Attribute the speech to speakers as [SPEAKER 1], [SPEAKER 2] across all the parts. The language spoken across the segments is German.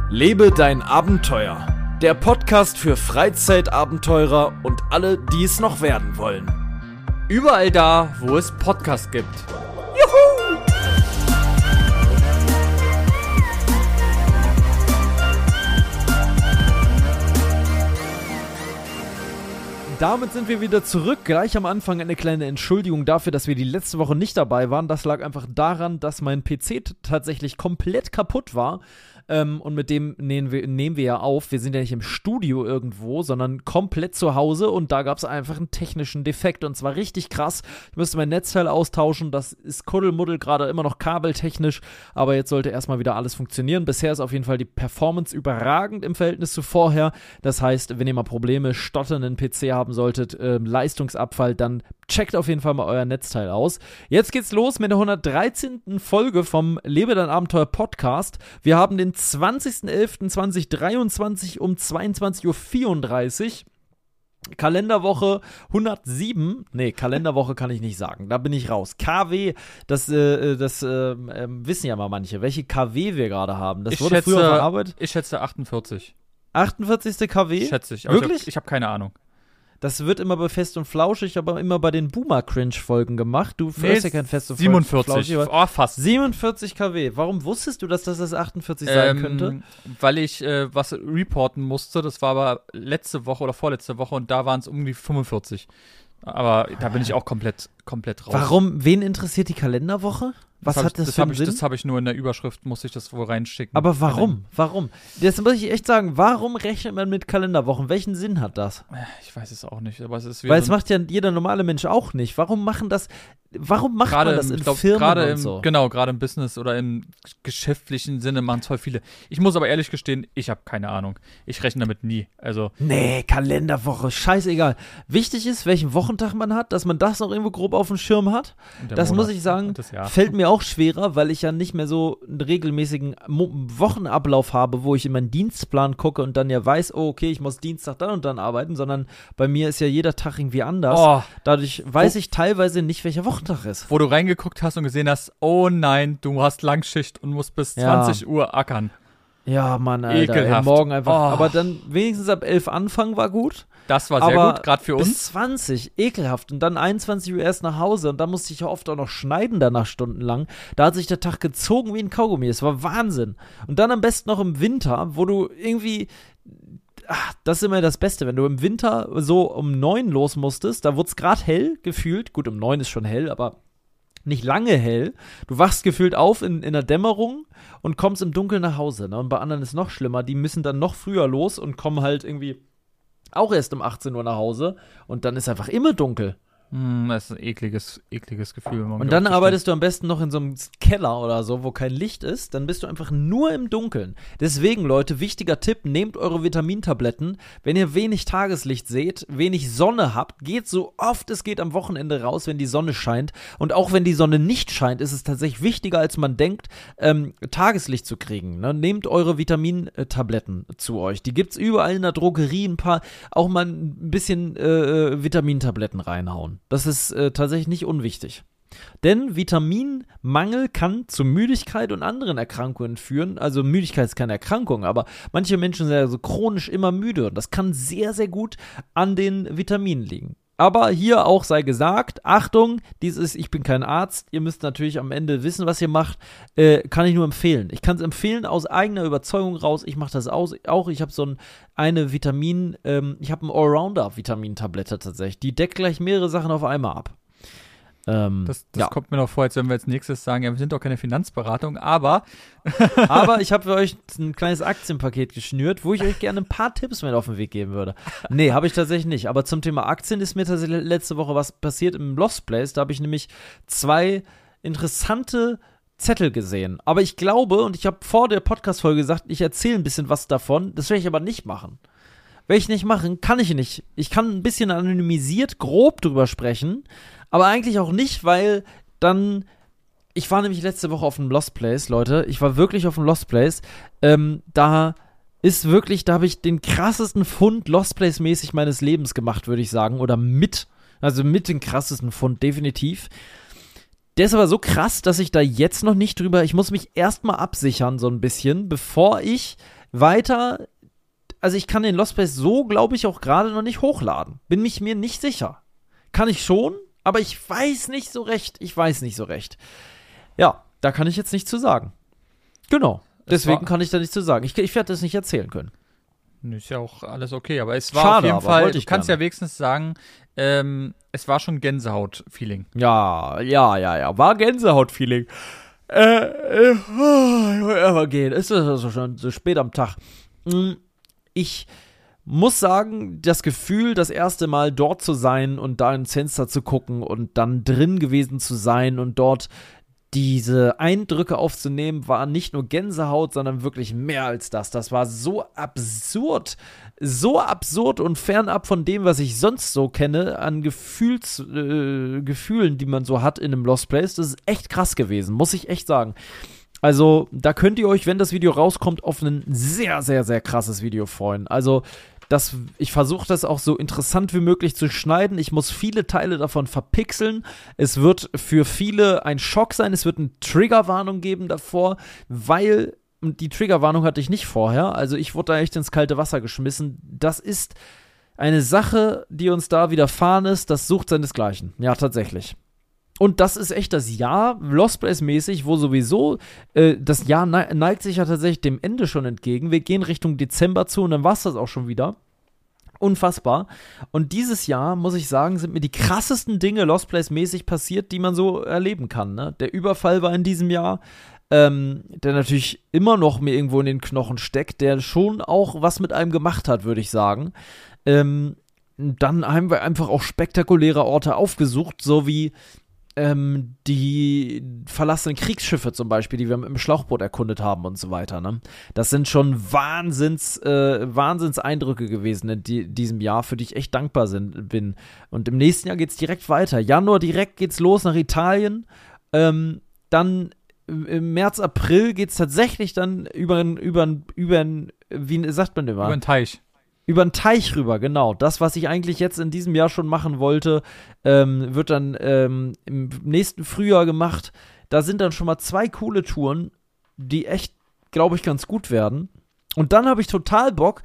[SPEAKER 1] Lebe dein Abenteuer. Der Podcast für Freizeitabenteurer und alle, die es noch werden wollen.
[SPEAKER 2] Überall da, wo es Podcasts gibt.
[SPEAKER 1] Juhu! Damit sind wir wieder zurück. Gleich am Anfang eine kleine Entschuldigung dafür, dass wir die letzte Woche nicht dabei waren. Das lag einfach daran, dass mein PC tatsächlich komplett kaputt war. Und mit dem nehmen wir ja auf. Wir sind ja nicht im Studio irgendwo, sondern komplett zu Hause. Und da gab es einfach einen technischen Defekt. Und zwar richtig krass. Ich musste mein Netzteil austauschen. Das ist Kuddelmuddel, gerade immer noch kabeltechnisch. Aber jetzt sollte erstmal wieder alles funktionieren. Bisher ist auf jeden Fall die Performance überragend im Verhältnis zu vorher. Das heißt, wenn ihr mal Probleme, stotternden PC haben solltet, Leistungsabfall, dann checkt auf jeden Fall mal euer Netzteil aus. Jetzt geht's los mit der 113. Folge vom Lebe dein Abenteuer Podcast. Wir haben den 20.11.2023 um 22.34 Uhr. Kalenderwoche 107, Kalenderwoche kann ich nicht sagen, da bin ich raus. KW, das wissen ja mal manche, welche KW wir gerade haben. Das wurde früher verarbeitet.
[SPEAKER 2] Ich schätze 48.
[SPEAKER 1] 48. KW?
[SPEAKER 2] Schätze ich.
[SPEAKER 1] Wirklich?
[SPEAKER 2] Ich habe keine Ahnung.
[SPEAKER 1] Das wird immer bei Fest und Flauschig, aber immer bei den Boomer-Cringe-Folgen gemacht. Du hörst ja kein Fest und
[SPEAKER 2] 47.
[SPEAKER 1] Fast. 47 kW. Warum wusstest du, dass das 48 sein könnte?
[SPEAKER 2] Weil ich was reporten musste. Das war aber letzte Woche oder vorletzte Woche und da waren es um die 45. Aber da bin ich auch komplett raus.
[SPEAKER 1] Warum? Wen interessiert die Kalenderwoche? Was hat das für einen Sinn?
[SPEAKER 2] Das habe ich nur in der Überschrift, musste ich das wohl reinschicken.
[SPEAKER 1] Aber warum? Warum? Das muss ich echt sagen. Warum rechnet man mit Kalenderwochen? Welchen Sinn hat das?
[SPEAKER 2] Ich weiß es auch nicht. Aber es ist
[SPEAKER 1] weil es macht ja jeder normale Mensch auch nicht. Warum macht man das in Firmen und so?
[SPEAKER 2] Genau, gerade im Business oder im geschäftlichen Sinne machen es voll viele. Ich muss aber ehrlich gestehen, ich habe keine Ahnung. Ich rechne damit nie. Also
[SPEAKER 1] nee, Kalenderwoche, scheißegal. Wichtig ist, welchen Wochentag man hat, dass man das noch irgendwo grob auf dem Schirm hat. Das muss ich sagen, fällt mir auch schwerer, weil ich ja nicht mehr so einen regelmäßigen Wochenablauf habe, wo ich in meinen Dienstplan gucke und dann ja weiß, oh, okay, ich muss Dienstag dann und dann arbeiten, sondern bei mir ist ja jeder Tag irgendwie anders.
[SPEAKER 2] Oh.
[SPEAKER 1] Dadurch weiß ich teilweise nicht, welcher Wochentag ist.
[SPEAKER 2] Wo du reingeguckt hast und gesehen hast, oh nein, du hast Langschicht und musst bis 20 Uhr ackern.
[SPEAKER 1] Ja, Mann, Alter.
[SPEAKER 2] Ekelhaft.
[SPEAKER 1] Morgen einfach. Oh. Aber dann wenigstens ab 11 anfangen war gut.
[SPEAKER 2] Das war sehr gut, gerade für uns.
[SPEAKER 1] Bis 20, ekelhaft. Und dann 21 Uhr erst nach Hause. Und dann musste ich ja oft auch noch schneiden danach stundenlang. Da hat sich der Tag gezogen wie ein Kaugummi. Es war Wahnsinn. Und dann am besten noch im Winter, wo du irgendwie... das ist immer das Beste, wenn du im Winter so um 9 los musstest, da wurde es gerade hell gefühlt. Gut, um 9 ist schon hell, aber nicht lange hell. Du wachst gefühlt auf in der Dämmerung und kommst im Dunkeln nach Hause. Ne? Und bei anderen ist es noch schlimmer. Die müssen dann noch früher los und kommen halt irgendwie auch erst um 18 Uhr nach Hause. Und dann ist einfach immer dunkel.
[SPEAKER 2] Das ist ein ekliges Gefühl.
[SPEAKER 1] Und dann arbeitest du am besten noch in so einem Keller oder so, wo kein Licht ist. Dann bist du einfach nur im Dunkeln. Deswegen, Leute, wichtiger Tipp, nehmt eure Vitamintabletten. Wenn ihr wenig Tageslicht seht, wenig Sonne habt, geht so oft es geht am Wochenende raus, wenn die Sonne scheint. Und auch wenn die Sonne nicht scheint, ist es tatsächlich wichtiger, als man denkt, Tageslicht zu kriegen. Ne? Nehmt eure Vitamintabletten zu euch. Die gibt's überall in der Drogerie, ein paar, auch mal ein bisschen Vitamintabletten reinhauen. Das ist tatsächlich nicht unwichtig. Denn Vitaminmangel kann zu Müdigkeit und anderen Erkrankungen führen. Also Müdigkeit ist keine Erkrankung, aber manche Menschen sind ja so chronisch immer müde. Und das kann sehr, sehr gut an den Vitaminen liegen. Aber hier auch sei gesagt, Achtung, ich bin kein Arzt, ihr müsst natürlich am Ende wissen, was ihr macht, kann ich nur empfehlen. Ich kann es empfehlen aus eigener Überzeugung raus, ich mache das auch, ich habe so eine ich habe eine Allrounder-Vitamintablette tatsächlich, die deckt gleich mehrere Sachen auf einmal ab.
[SPEAKER 2] Das kommt mir noch vor, als wenn wir als nächstes sagen, ja, wir sind doch keine Finanzberatung, aber
[SPEAKER 1] ich habe für euch ein kleines Aktienpaket geschnürt, wo ich euch gerne ein paar Tipps mit auf den Weg geben würde. Nee, habe ich tatsächlich nicht. Aber zum Thema Aktien ist mir tatsächlich letzte Woche was passiert im Lost Place. Da habe ich nämlich 2 interessante Zettel gesehen. Aber ich glaube, und ich habe vor der Podcast-Folge gesagt, ich erzähle ein bisschen was davon. Das werde ich aber nicht machen. Werde ich nicht machen, kann ich nicht. Ich kann ein bisschen anonymisiert, grob drüber sprechen, aber eigentlich auch nicht, weil dann, ich war nämlich letzte Woche auf einem Lost Place, Leute, ich war wirklich auf einem Lost Place, da habe ich den krassesten Fund Lost Place mäßig meines Lebens gemacht, würde ich sagen, oder mit den krassesten Fund, definitiv. Der ist aber so krass, dass ich da jetzt noch nicht drüber, ich muss mich erstmal absichern so ein bisschen, bevor ich weiter, also ich kann den Lost Place so, glaube ich, auch gerade noch nicht hochladen. Bin mich mir nicht sicher. Kann ich schon, aber ich weiß nicht so recht. Ja, da kann ich jetzt nichts zu sagen. Genau. Deswegen kann ich da nichts zu sagen. Ich werde das nicht erzählen können.
[SPEAKER 2] Ist ja auch alles okay, aber es war
[SPEAKER 1] Schade,
[SPEAKER 2] auf jeden
[SPEAKER 1] aber
[SPEAKER 2] Fall,
[SPEAKER 1] wollte
[SPEAKER 2] du
[SPEAKER 1] ich
[SPEAKER 2] kannst
[SPEAKER 1] gerne.
[SPEAKER 2] ja wenigstens sagen, es war schon Gänsehaut-Feeling.
[SPEAKER 1] Ja. War Gänsehaut-Feeling. Aber gehen. Es ist also schon so spät am Tag. Ich muss sagen, das Gefühl, das erste Mal dort zu sein und da ins Fenster zu gucken und dann drin gewesen zu sein und dort diese Eindrücke aufzunehmen, war nicht nur Gänsehaut, sondern wirklich mehr als das. Das war so absurd und fernab von dem, was ich sonst so kenne, an Gefühlen, die man so hat in einem Lost Place. Das ist echt krass gewesen, muss ich echt sagen. Also, da könnt ihr euch, wenn das Video rauskommt, auf ein sehr, sehr, sehr krasses Video freuen. Also, ich versuche das auch so interessant wie möglich zu schneiden. Ich muss viele Teile davon verpixeln. Es wird für viele ein Schock sein. Es wird eine Triggerwarnung geben davor, weil die Triggerwarnung hatte ich nicht vorher. Also ich wurde da echt ins kalte Wasser geschmissen. Das ist eine Sache, die uns da widerfahren ist. Das sucht seinesgleichen. Ja, tatsächlich. Und das ist echt das Jahr, Lost Place-mäßig, wo sowieso das Jahr neigt sich ja tatsächlich dem Ende schon entgegen. Wir gehen Richtung Dezember zu und dann war es das auch schon wieder. Unfassbar. Und dieses Jahr, muss ich sagen, sind mir die krassesten Dinge Lost Place-mäßig passiert, die man so erleben kann. Ne? Der Überfall war in diesem Jahr, der natürlich immer noch mir irgendwo in den Knochen steckt, der schon auch was mit einem gemacht hat, würde ich sagen. Dann haben wir einfach auch spektakuläre Orte aufgesucht, so wie die verlassenen Kriegsschiffe zum Beispiel, die wir mit dem Schlauchboot erkundet haben und so weiter. Ne? Das sind schon Wahnsinnseindrücke gewesen in diesem Jahr, für die ich echt dankbar bin. Und im nächsten Jahr geht's direkt weiter. Januar direkt geht's los nach Italien. Dann im März, April geht's tatsächlich dann über wie sagt man immer?
[SPEAKER 2] Über den Teich.
[SPEAKER 1] Über den Teich rüber, genau. Das, was ich eigentlich jetzt in diesem Jahr schon machen wollte, wird dann im nächsten Frühjahr gemacht. Da sind dann schon mal 2 coole Touren, die echt, glaube ich, ganz gut werden. Und dann habe ich total Bock,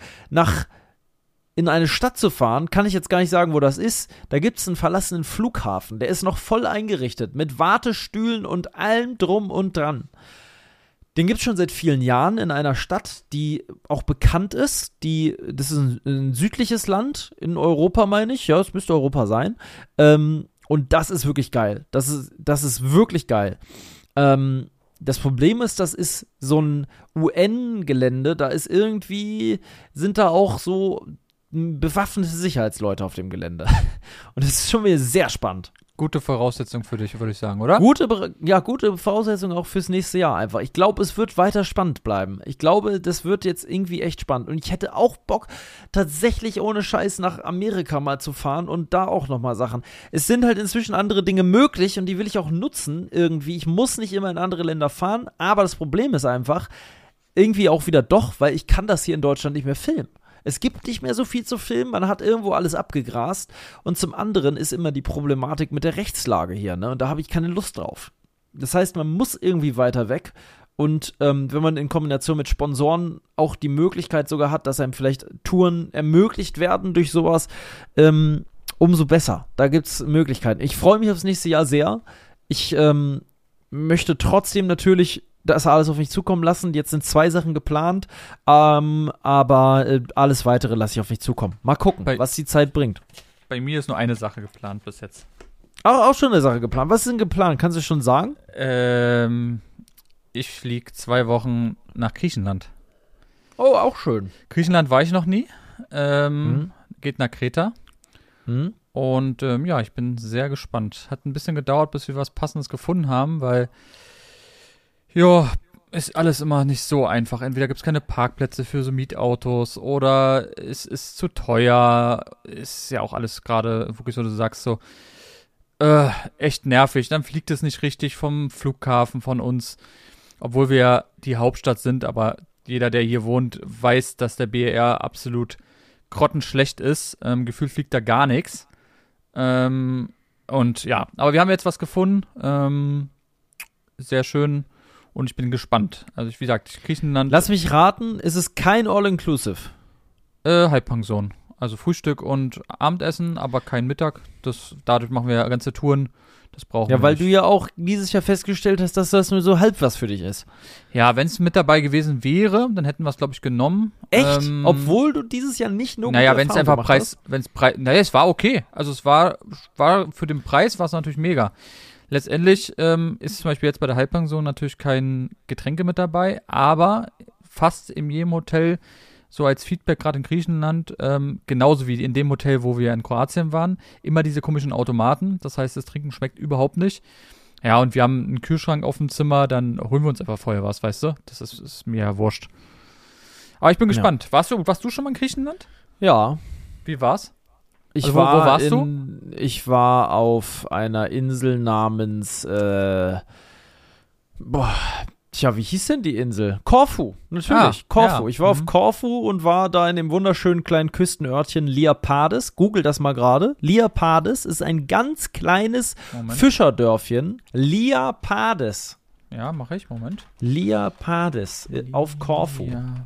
[SPEAKER 1] in eine Stadt zu fahren. Kann ich jetzt gar nicht sagen, wo das ist. Da gibt es einen verlassenen Flughafen. Der ist noch voll eingerichtet mit Wartestühlen und allem drum und dran. Den gibt es schon seit vielen Jahren in einer Stadt, die auch bekannt ist. Das ist ein südliches Land in Europa, meine ich. Ja, es müsste Europa sein. Und das ist wirklich geil. Das ist wirklich geil. Das Problem ist, das ist so ein UN-Gelände. Sind da auch so bewaffnete Sicherheitsleute auf dem Gelände. Und das ist schon wieder sehr spannend.
[SPEAKER 2] Gute Voraussetzung für dich, würde ich sagen, oder?
[SPEAKER 1] Gute Voraussetzung auch fürs nächste Jahr einfach. Ich glaube, es wird weiter spannend bleiben. Ich glaube, das wird jetzt irgendwie echt spannend. Und ich hätte auch Bock, tatsächlich ohne Scheiß nach Amerika mal zu fahren und da auch nochmal Sachen. Es sind halt inzwischen andere Dinge möglich und die will ich auch nutzen irgendwie. Ich muss nicht immer in andere Länder fahren, aber das Problem ist einfach, irgendwie auch wieder doch, weil ich kann das hier in Deutschland nicht mehr filmen. Es gibt nicht mehr so viel zu filmen, man hat irgendwo alles abgegrast und zum anderen ist immer die Problematik mit der Rechtslage hier, ne? Und da habe ich keine Lust drauf. Das heißt, man muss irgendwie weiter weg und wenn man in Kombination mit Sponsoren auch die Möglichkeit sogar hat, dass einem vielleicht Touren ermöglicht werden durch sowas, umso besser. Da gibt es Möglichkeiten. Ich freue mich aufs nächste Jahr sehr. Ich möchte trotzdem natürlich das alles auf mich zukommen lassen. Jetzt sind 2 Sachen geplant, aber alles Weitere lasse ich auf mich zukommen. Mal gucken, was die Zeit bringt.
[SPEAKER 2] Bei mir ist nur eine Sache geplant bis jetzt.
[SPEAKER 1] Auch schon eine Sache geplant. Was ist denn geplant? Kannst du schon sagen?
[SPEAKER 2] Ich fliege 2 Wochen nach Griechenland.
[SPEAKER 1] Oh, auch schön.
[SPEAKER 2] Griechenland war ich noch nie. Geht nach Kreta. Und ja, ich bin sehr gespannt. Hat ein bisschen gedauert, bis wir was Passendes gefunden haben, weil ja, ist alles immer nicht so einfach. Entweder gibt es keine Parkplätze für so Mietautos oder es ist zu teuer. Ist ja auch alles gerade wirklich so, du sagst so, echt nervig. Dann fliegt es nicht richtig vom Flughafen von uns, obwohl wir ja die Hauptstadt sind, aber jeder, der hier wohnt, weiß, dass der BER absolut grottenschlecht ist. Gefühlt fliegt da gar nichts. Und ja, aber wir haben jetzt was gefunden. Sehr schön. Und ich bin gespannt. Also, wie gesagt, Griechenland.
[SPEAKER 1] Lass mich raten, ist es kein All-Inclusive?
[SPEAKER 2] Halbpension. Also Frühstück und Abendessen, aber kein Mittag. Dadurch machen wir ja ganze Touren. Das brauchen wir
[SPEAKER 1] Ja, weil
[SPEAKER 2] nicht.
[SPEAKER 1] du ja auch dieses Jahr festgestellt hast, dass das nur so halb was für dich ist.
[SPEAKER 2] Ja, wenn es mit dabei gewesen wäre, dann hätten wir es, glaube ich, genommen.
[SPEAKER 1] Echt? Obwohl du dieses Jahr nicht nur
[SPEAKER 2] Naja, wenn es einfach naja, es war okay. Also es war für den Preis war es natürlich mega. Letztendlich ist zum Beispiel jetzt bei der Halbpension natürlich kein Getränke mit dabei, aber fast in jedem Hotel, so als Feedback gerade in Griechenland, genauso wie in dem Hotel, wo wir in Kroatien waren, immer diese komischen Automaten. Das heißt, das Trinken schmeckt überhaupt nicht. Ja, und wir haben einen Kühlschrank auf dem Zimmer, dann holen wir uns einfach vorher was, weißt du? Das ist mir ja wurscht. Aber ich bin gespannt. Warst du schon mal in Griechenland?
[SPEAKER 1] Ja.
[SPEAKER 2] Wie war's?
[SPEAKER 1] Wo
[SPEAKER 2] warst du?
[SPEAKER 1] Ich war auf einer Insel namens wie hieß denn die Insel? Korfu, natürlich, Korfu.
[SPEAKER 2] Ja.
[SPEAKER 1] Ich war auf Korfu und war da in dem wunderschönen kleinen Küstenörtchen Liapades. Google das mal gerade. Liapades ist ein ganz kleines Fischerdörfchen. Liapades.
[SPEAKER 2] Ja, mache ich. Moment.
[SPEAKER 1] Liapades auf Korfu.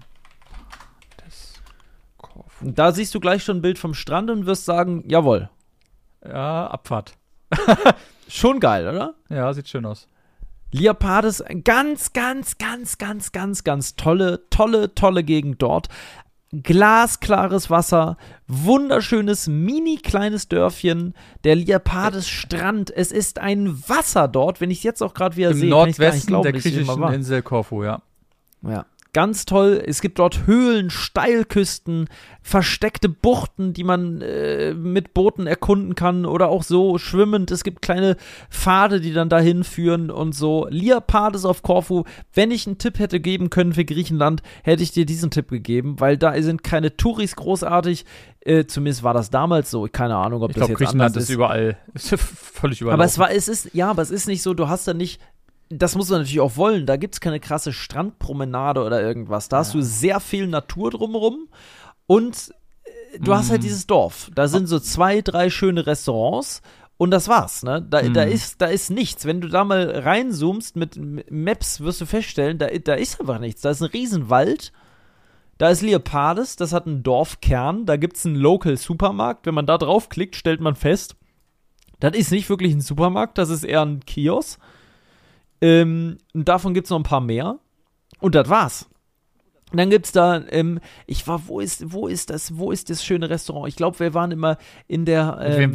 [SPEAKER 2] Korfu.
[SPEAKER 1] Und da siehst du gleich schon ein Bild vom Strand und wirst sagen, jawohl.
[SPEAKER 2] Ja, Abfahrt.
[SPEAKER 1] Schon geil, oder?
[SPEAKER 2] Ja, sieht schön aus.
[SPEAKER 1] Liapades, ganz, ganz, ganz, ganz, ganz, ganz tolle Gegend dort. Glasklares Wasser, wunderschönes, mini kleines Dörfchen, der Liapades-Strand. Es ist ein Wasser dort, wenn ich es jetzt auch gerade wieder sehe.
[SPEAKER 2] Im Nordwesten der griechischen Insel Korfu, ja.
[SPEAKER 1] Ja. Ganz toll. Es gibt dort Höhlen, Steilküsten, versteckte Buchten, die man mit Booten erkunden kann oder auch so schwimmend. Es gibt kleine Pfade, die dann dahin führen und so. Liapades auf Korfu. Wenn ich einen Tipp hätte geben können für Griechenland, hätte ich dir diesen Tipp gegeben, weil da sind keine Touris großartig. Zumindest war das damals so. Keine Ahnung, ob das jetzt
[SPEAKER 2] Griechenland
[SPEAKER 1] anders ist.
[SPEAKER 2] Überall. Ist völlig überall.
[SPEAKER 1] Aber es ist nicht so, du hast da nicht. Das muss man natürlich auch wollen. Da gibt es keine krasse Strandpromenade oder irgendwas. Da hast du sehr viel Natur drumherum und du hast halt dieses Dorf. Da sind so 2, 3 schöne Restaurants und das war's. Ne? Da ist nichts. Wenn du da mal reinzoomst mit Maps, wirst du feststellen, da ist einfach nichts. Da ist ein Riesenwald. Da ist Liapades, das hat einen Dorfkern. Da gibt es einen Local-Supermarkt. Wenn man da draufklickt, stellt man fest, das ist nicht wirklich ein Supermarkt, das ist eher ein Kiosk. Davon gibt es noch ein paar mehr. Und das war's. Und dann gibt's da, wo ist das schöne Restaurant? Ich glaube, wir waren immer in der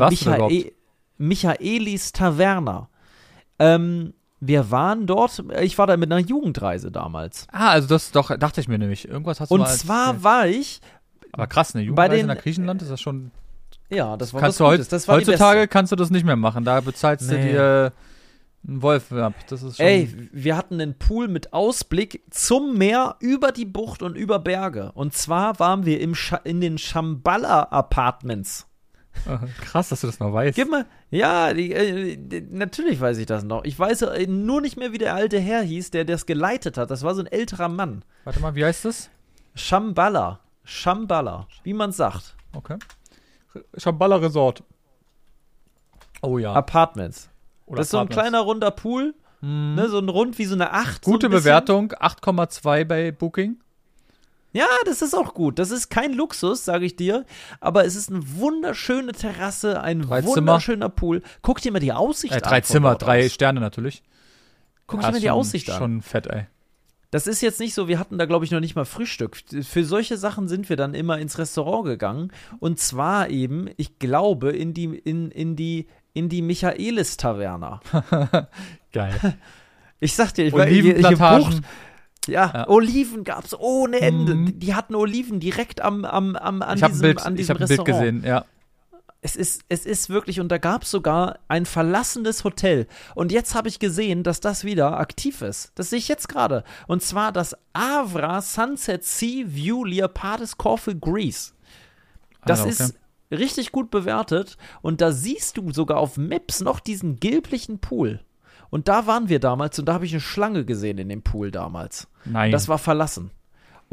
[SPEAKER 1] Michaelis Taverna. Wir waren dort, ich war da mit einer Jugendreise damals.
[SPEAKER 2] Also das dachte ich mir nämlich. Irgendwas hast du mal.
[SPEAKER 1] Und zwar war ich.
[SPEAKER 2] Aber krass, eine Jugendreise nach Griechenland ist das schon.
[SPEAKER 1] Ja, das war
[SPEAKER 2] was
[SPEAKER 1] Gutes. Das war
[SPEAKER 2] heutzutage kannst du das nicht mehr machen. Da bezahlst du dir einen Wolf ab. Das ist schon.
[SPEAKER 1] Wir hatten einen Pool mit Ausblick zum Meer, über die Bucht und über Berge. Und zwar waren wir in den Shambhala Apartments.
[SPEAKER 2] Krass, dass du das noch weißt.
[SPEAKER 1] Gib mal, ja, natürlich weiß ich das noch. Ich weiß nur nicht mehr, wie der alte Herr hieß, der das geleitet hat. Das war so ein älterer Mann.
[SPEAKER 2] Warte mal, wie heißt das?
[SPEAKER 1] Shambhala, wie man sagt.
[SPEAKER 2] Okay. Shambhala Resort. Oh ja.
[SPEAKER 1] Apartments.
[SPEAKER 2] Oder
[SPEAKER 1] das ist so ein kleiner runder Pool, ne, so ein Rund wie so eine 8.
[SPEAKER 2] Gute
[SPEAKER 1] so
[SPEAKER 2] Bewertung, 8,2 bei Booking.
[SPEAKER 1] Ja, das ist auch gut. Das ist kein Luxus, sage ich dir, aber es ist eine wunderschöne Terrasse, ein wunderschöner Pool. Guck dir mal die Aussicht an.
[SPEAKER 2] 3 Zimmer, 3 Sterne natürlich.
[SPEAKER 1] Guck dir mal die Aussicht an.
[SPEAKER 2] Schon fett, ey.
[SPEAKER 1] Das ist jetzt nicht so, wir hatten da, glaube ich, noch nicht mal Frühstück. Für solche Sachen sind wir dann immer ins Restaurant gegangen. Und zwar eben, ich glaube, in die Michaelis-Taverna.
[SPEAKER 2] Geil.
[SPEAKER 1] Ich sag dir,
[SPEAKER 2] Olivenplantagen.
[SPEAKER 1] Ja, Oliven gab's ohne Ende. Die hatten Oliven direkt an diesem Restaurant.
[SPEAKER 2] Ich habe ein Bild gesehen, ja.
[SPEAKER 1] Es ist wirklich, und da gab es sogar ein verlassenes Hotel. Und jetzt habe ich gesehen, dass das wieder aktiv ist. Das sehe ich jetzt gerade. Und zwar das Avra Sunset Sea View Liapades Corfu Greece. Das ist richtig gut bewertet. Und da siehst du sogar auf Maps noch diesen gelblichen Pool. Und da waren wir damals und da habe ich eine Schlange gesehen in dem Pool damals.
[SPEAKER 2] Nein.
[SPEAKER 1] Das war verlassen.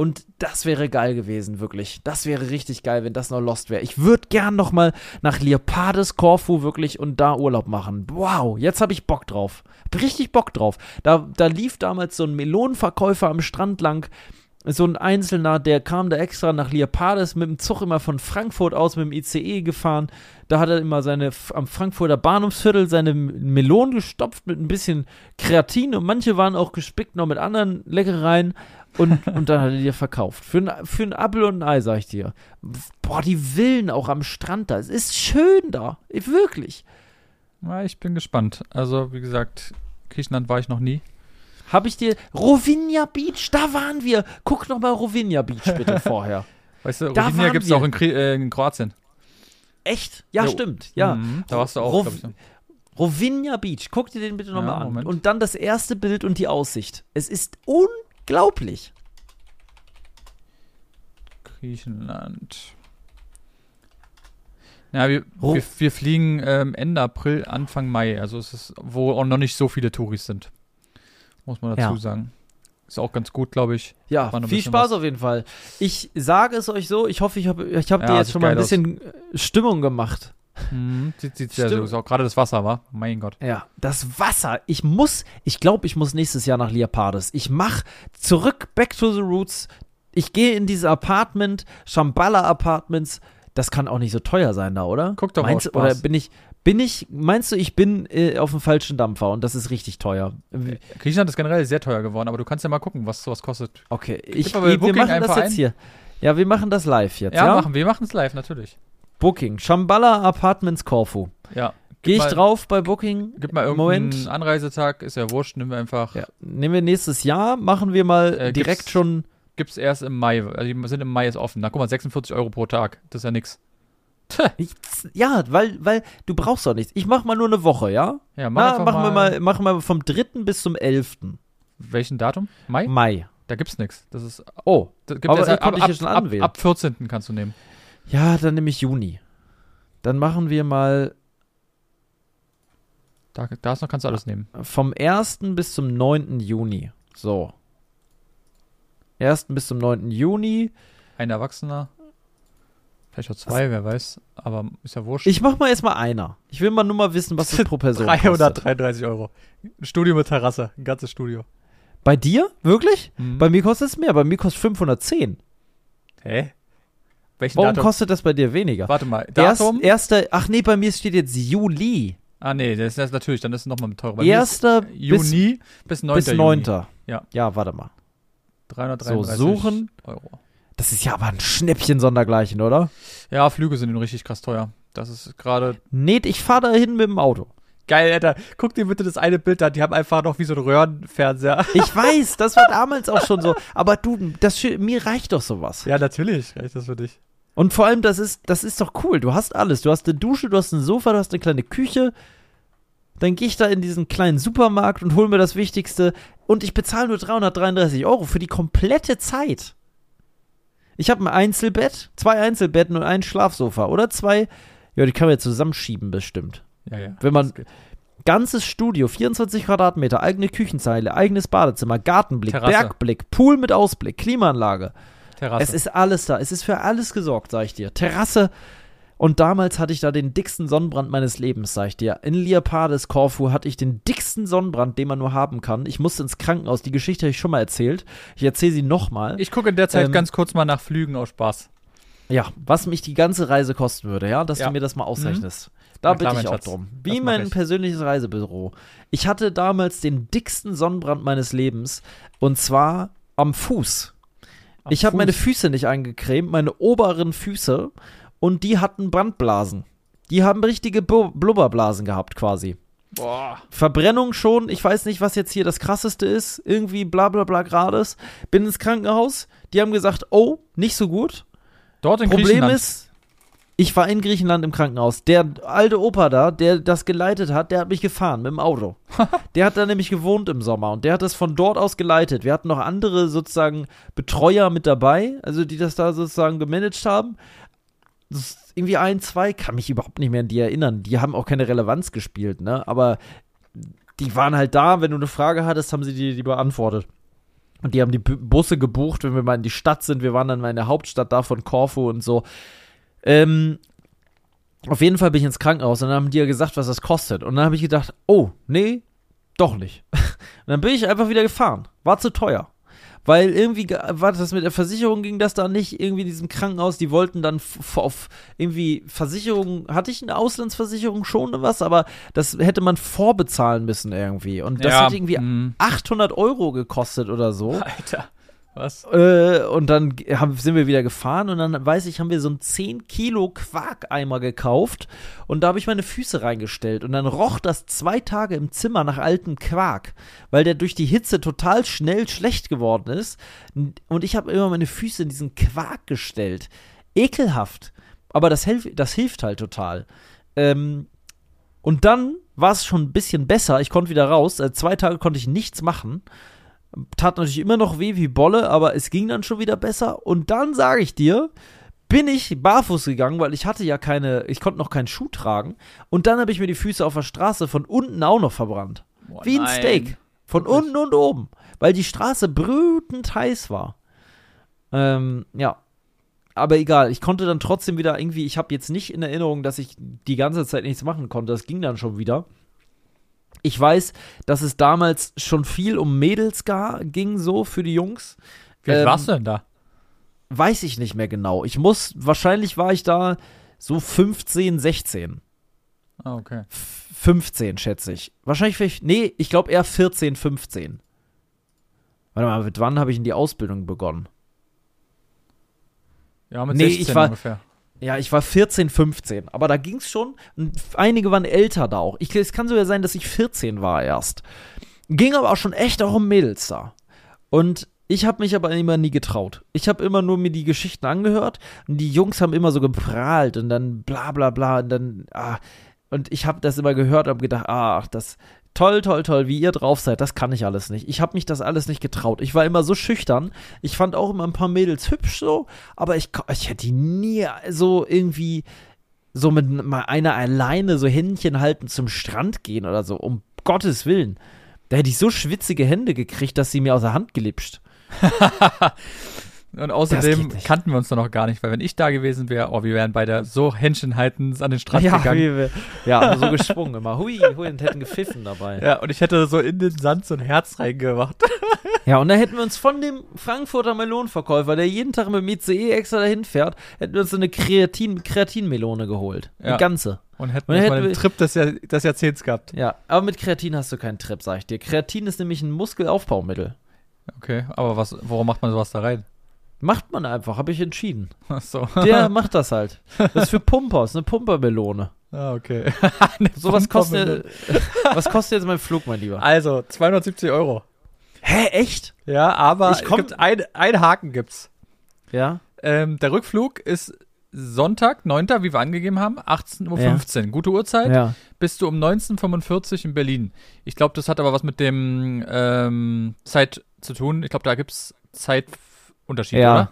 [SPEAKER 1] Und das wäre geil gewesen, wirklich. Das wäre richtig geil, wenn das noch Lost wäre. Ich würde gern noch mal nach Liepades, Korfu wirklich und da Urlaub machen. Wow, jetzt habe ich Bock drauf. Hab richtig Bock drauf. Da lief damals so ein Melonenverkäufer am Strand lang. So ein Einzelner, der kam da extra nach Liepades mit dem Zug immer von Frankfurt aus mit dem ICE gefahren. Da hat er immer am Frankfurter Bahnhofsviertel seine Melonen gestopft mit ein bisschen Kreatin und manche waren auch gespickt noch mit anderen Leckereien und dann hat er die verkauft. Für ein Apfel und ein Ei, sag ich dir. Boah, die Villen auch am Strand da. Es ist schön da. Wirklich.
[SPEAKER 2] Ja, ich bin gespannt. Also, wie gesagt, Griechenland war ich noch nie.
[SPEAKER 1] Habe ich dir Rovinja Beach, da waren wir. Guck noch mal Rovinja Beach bitte vorher.
[SPEAKER 2] Weißt du, Rovinja gibt es auch in Kroatien.
[SPEAKER 1] Echt? Ja, stimmt. Ja.
[SPEAKER 2] Da warst du auch, glaube ich.
[SPEAKER 1] Rovinja Beach, guck dir den bitte noch mal an.
[SPEAKER 2] Moment.
[SPEAKER 1] Und dann das erste Bild und die Aussicht. Es ist unglaublich.
[SPEAKER 2] Griechenland. Ja, wir fliegen Ende April, Anfang Mai. Also es ist, wo auch noch nicht so viele Touris sind. Muss man dazu sagen. Ist auch ganz gut, glaube ich.
[SPEAKER 1] Ja, viel Spaß auf jeden Fall. Ich sage es euch so, ich hoffe, ich hab dir jetzt schon mal ein bisschen Stimmung gemacht.
[SPEAKER 2] Sieht sehr so aus. Gerade das Wasser, wa? Mein Gott.
[SPEAKER 1] Ja, das Wasser. Ich glaube, ich muss nächstes Jahr nach Liepades. Ich mach zurück, back to the roots. Ich gehe in diese Apartment, Shambhala Apartments. Das kann auch nicht so teuer sein da, oder?
[SPEAKER 2] Guck doch mal, Spaß.
[SPEAKER 1] Oder meinst du, ich bin auf dem falschen Dampfer und das ist richtig teuer?
[SPEAKER 2] Griechenland ist generell sehr teuer geworden, aber du kannst ja mal gucken, was sowas kostet.
[SPEAKER 1] Okay, wir machen das jetzt hier. Ja, wir machen das live jetzt, ja?
[SPEAKER 2] Wir machen es live, natürlich.
[SPEAKER 1] Booking, Shambhala Apartments Korfu.
[SPEAKER 2] Ja.
[SPEAKER 1] Gehe ich drauf bei Booking?
[SPEAKER 2] Gib mal irgendeinen Anreisetag, ist ja wurscht, nehmen wir einfach. Ja,
[SPEAKER 1] nehmen wir nächstes Jahr, machen wir mal direkt schon.
[SPEAKER 2] Gibt's erst im Mai, also die sind im Mai ist offen. Na guck mal, 46 € pro Tag, das ist ja nix.
[SPEAKER 1] Ja, weil du brauchst doch nichts. Ich mach mal nur eine Woche, ja?
[SPEAKER 2] Ja, machen
[SPEAKER 1] wir vom 3. bis zum 11.
[SPEAKER 2] Welchen Datum? Mai?
[SPEAKER 1] Mai.
[SPEAKER 2] Da gibt's nichts. Das ist.
[SPEAKER 1] Oh,
[SPEAKER 2] das gibt
[SPEAKER 1] aber konnte ich ja schon anwählen.
[SPEAKER 2] Ab 14. kannst du nehmen.
[SPEAKER 1] Ja, dann nehme ich Juni. Dann machen wir mal.
[SPEAKER 2] Kannst du alles nehmen.
[SPEAKER 1] Vom 1. bis zum 9. Juni. So. 1. bis zum 9. Juni.
[SPEAKER 2] Ein Erwachsener. Vielleicht auch 2, wer weiß. Aber ist ja wurscht.
[SPEAKER 1] Ich mach mal erstmal einer. Ich will mal nur mal wissen, was das pro Person
[SPEAKER 2] 333 €. Ein Studio mit Terrasse. Ein ganzes Studio.
[SPEAKER 1] Bei dir? Wirklich? Bei mir kostet es mehr. Bei mir kostet 510.
[SPEAKER 2] Hä?
[SPEAKER 1] Warum kostet das bei dir weniger?
[SPEAKER 2] Warte mal. Datum?
[SPEAKER 1] Ach nee, bei mir steht jetzt Juli.
[SPEAKER 2] Ah nee, das ist natürlich, dann ist es nochmal mit teurer.
[SPEAKER 1] 1.
[SPEAKER 2] Juni bis 9. Juni.
[SPEAKER 1] Ja, warte mal.
[SPEAKER 2] 333
[SPEAKER 1] suchen.
[SPEAKER 2] €.
[SPEAKER 1] Das ist ja aber ein Schnäppchen sondergleichen, oder?
[SPEAKER 2] Ja, Flüge sind richtig krass teuer. Das ist gerade.
[SPEAKER 1] Nee, ich fahre da hin mit dem Auto.
[SPEAKER 2] Geil, Alter. Guck dir bitte das eine Bild an. Die haben einfach noch wie so einen Röhrenfernseher.
[SPEAKER 1] Ich weiß, das war damals auch schon so. Aber du, mir reicht doch sowas.
[SPEAKER 2] Ja, natürlich reicht das für dich.
[SPEAKER 1] Und vor allem, das ist doch cool. Du hast alles. Du hast eine Dusche, du hast ein Sofa, du hast eine kleine Küche. Dann gehe ich da in diesen kleinen Supermarkt und hole mir das Wichtigste. Und ich bezahle nur 333 € für die komplette Zeit. Ich habe ein Einzelbett, 2 Einzelbetten und ein Schlafsofa. Oder 2, ja, die kann man ja zusammenschieben bestimmt.
[SPEAKER 2] Ja.
[SPEAKER 1] Wenn man, ganzes Studio, 24 Quadratmeter, eigene Küchenzeile, eigenes Badezimmer, Gartenblick,
[SPEAKER 2] Terrasse.
[SPEAKER 1] Bergblick, Pool mit Ausblick, Klimaanlage.
[SPEAKER 2] Terrasse.
[SPEAKER 1] Es ist alles da. Es ist für alles gesorgt, sag ich dir. Terrasse. Und damals hatte ich da den dicksten Sonnenbrand meines Lebens, sag ich dir. In Liepades, Korfu, hatte ich den dicksten Sonnenbrand, den man nur haben kann. Ich musste ins Krankenhaus. Die Geschichte habe ich schon mal erzählt. Ich erzähle sie nochmal.
[SPEAKER 2] Ich gucke in der Zeit ganz kurz mal nach Flügen aus Spaß.
[SPEAKER 1] Ja, was mich die ganze Reise kosten würde, ja, dass du mir das mal ausrechnest. Da bitte ich auch drum. Wie mein persönliches Reisebüro. Ich hatte damals den dicksten Sonnenbrand meines Lebens. Und zwar am Fuß. Ich habe meine Füße nicht eingecremt, meine oberen Füße. Und die hatten Brandblasen. Die haben richtige Blubberblasen gehabt quasi.
[SPEAKER 2] Boah.
[SPEAKER 1] Verbrennung schon. Ich weiß nicht, was jetzt hier das Krasseste ist. Irgendwie bla bla bla Grades. Bin ins Krankenhaus. Die haben gesagt, oh, nicht so gut.
[SPEAKER 2] Dort in
[SPEAKER 1] Problem
[SPEAKER 2] Griechenland.
[SPEAKER 1] ist, ich war in Griechenland im Krankenhaus. Der alte Opa da, der das geleitet hat, der hat mich gefahren mit dem Auto. Der hat da nämlich gewohnt im Sommer und der hat das von dort aus geleitet. Wir hatten noch andere sozusagen Betreuer mit dabei, also die das da sozusagen gemanagt haben. Das ist irgendwie 1, 2, kann mich überhaupt nicht mehr an die erinnern. Die haben auch keine Relevanz gespielt, ne? Aber die waren halt da, wenn du eine Frage hattest, haben sie die beantwortet. Und die haben die Busse gebucht, wenn wir mal in die Stadt sind. Wir waren dann mal in der Hauptstadt da von Korfu und so. Auf jeden Fall bin ich ins Krankenhaus und dann haben die ja gesagt, was das kostet. Und dann habe ich gedacht, oh, nee, doch nicht. Und dann bin ich einfach wieder gefahren. War zu teuer. Weil irgendwie war das mit der Versicherung, ging das da nicht irgendwie in diesem Krankenhaus. Die wollten dann auf irgendwie Versicherung, hatte ich eine Auslandsversicherung schon oder was, aber das hätte man vorbezahlen müssen irgendwie. Und das hat irgendwie 800 € gekostet oder so.
[SPEAKER 2] Alter, was?
[SPEAKER 1] Und dann sind wir wieder gefahren und dann, weiß ich, haben wir so einen 10 Kilo Quarkeimer gekauft und da habe ich meine Füße reingestellt und dann roch das 2 Tage im Zimmer nach altem Quark, weil der durch die Hitze total schnell schlecht geworden ist und ich habe immer meine Füße in diesen Quark gestellt. Ekelhaft, aber das hilft halt total. Und dann war es schon ein bisschen besser, ich konnte wieder raus, 2 Tage konnte ich nichts machen. Tat natürlich immer noch weh wie Bolle, aber es ging dann schon wieder besser. Und dann, sage ich dir, bin ich barfuß gegangen, weil ich konnte noch keinen Schuh tragen. Und dann habe ich mir die Füße auf der Straße von unten auch noch verbrannt.
[SPEAKER 2] Boah,
[SPEAKER 1] wie ein Steak. Von unten und oben. Weil die Straße brütend heiß war. Ja. Aber egal, ich konnte dann trotzdem wieder irgendwie, ich habe jetzt nicht in Erinnerung, dass ich die ganze Zeit nichts machen konnte. Das ging dann schon wieder. Ich weiß, dass es damals schon viel um Mädels ging, so für die Jungs.
[SPEAKER 2] Wie alt warst du denn da?
[SPEAKER 1] Weiß ich nicht mehr genau. Wahrscheinlich war ich da so 15, 16.
[SPEAKER 2] Ah, okay.
[SPEAKER 1] 15, schätze ich. Wahrscheinlich, ich glaube eher 14, 15. Warte mal, mit wann habe ich in die Ausbildung begonnen?
[SPEAKER 2] Ja, mit 16 ungefähr.
[SPEAKER 1] Ja, ich war 14, 15, aber da ging's schon, einige waren älter da auch. Es kann sogar sein, dass ich 14 war erst. Ging aber auch schon echt auch um Mädels da. Und ich habe mich aber immer nie getraut. Ich habe immer nur mir die Geschichten angehört und die Jungs haben immer so geprahlt und dann bla bla bla und dann, und ich habe das immer gehört und habe gedacht, das toll, toll, toll, wie ihr drauf seid, das kann ich alles nicht. Ich habe mich das alles nicht getraut. Ich war immer so schüchtern. Ich fand auch immer ein paar Mädels hübsch so, aber ich hätte die nie so irgendwie so mit mal einer alleine so Händchen halten zum Strand gehen oder so, um Gottes Willen. Da hätte ich so schwitzige Hände gekriegt, dass sie mir aus der Hand gelipscht.
[SPEAKER 2] Und außerdem kannten wir uns doch noch gar nicht, weil wenn ich da gewesen wäre, wir wären beide so händchenhaltend an den Strand gegangen.
[SPEAKER 1] So geschwungen immer. Hui, und hätten gepfiffen dabei.
[SPEAKER 2] Ja, und ich hätte so in den Sand so ein Herz reingemacht.
[SPEAKER 1] Ja, und da hätten wir uns von dem Frankfurter Melonenverkäufer, der jeden Tag mit dem ICE extra dahin fährt, hätten wir uns so eine Kreatinmelone geholt.
[SPEAKER 2] Ja.
[SPEAKER 1] Eine ganze.
[SPEAKER 2] Und hätten wir mal den Trip des Jahrzehnts gehabt.
[SPEAKER 1] Ja, aber mit Kreatin hast du keinen Trip, sag ich dir. Kreatin ist nämlich ein Muskelaufbaumittel.
[SPEAKER 2] Okay, aber warum macht man sowas da rein?
[SPEAKER 1] Macht man einfach, habe ich entschieden.
[SPEAKER 2] Ach so.
[SPEAKER 1] Der macht das halt. Das ist für Pumpers, eine Pumpermelone.
[SPEAKER 2] Ah, okay.
[SPEAKER 1] Was kostet jetzt mein Flug, mein Lieber?
[SPEAKER 2] Also, 270 €.
[SPEAKER 1] Hä, echt?
[SPEAKER 2] Ja, aber es gibt ein Haken gibt's.
[SPEAKER 1] Ja?
[SPEAKER 2] Der Rückflug ist Sonntag, 9., wie wir angegeben haben, 18:15 Uhr. Gute Uhrzeit.
[SPEAKER 1] Ja.
[SPEAKER 2] Bist du um 19:45 in Berlin. Ich glaube, das hat aber was mit dem Zeit zu tun. Ich glaube, da gibt's Zeitunterschied, oder?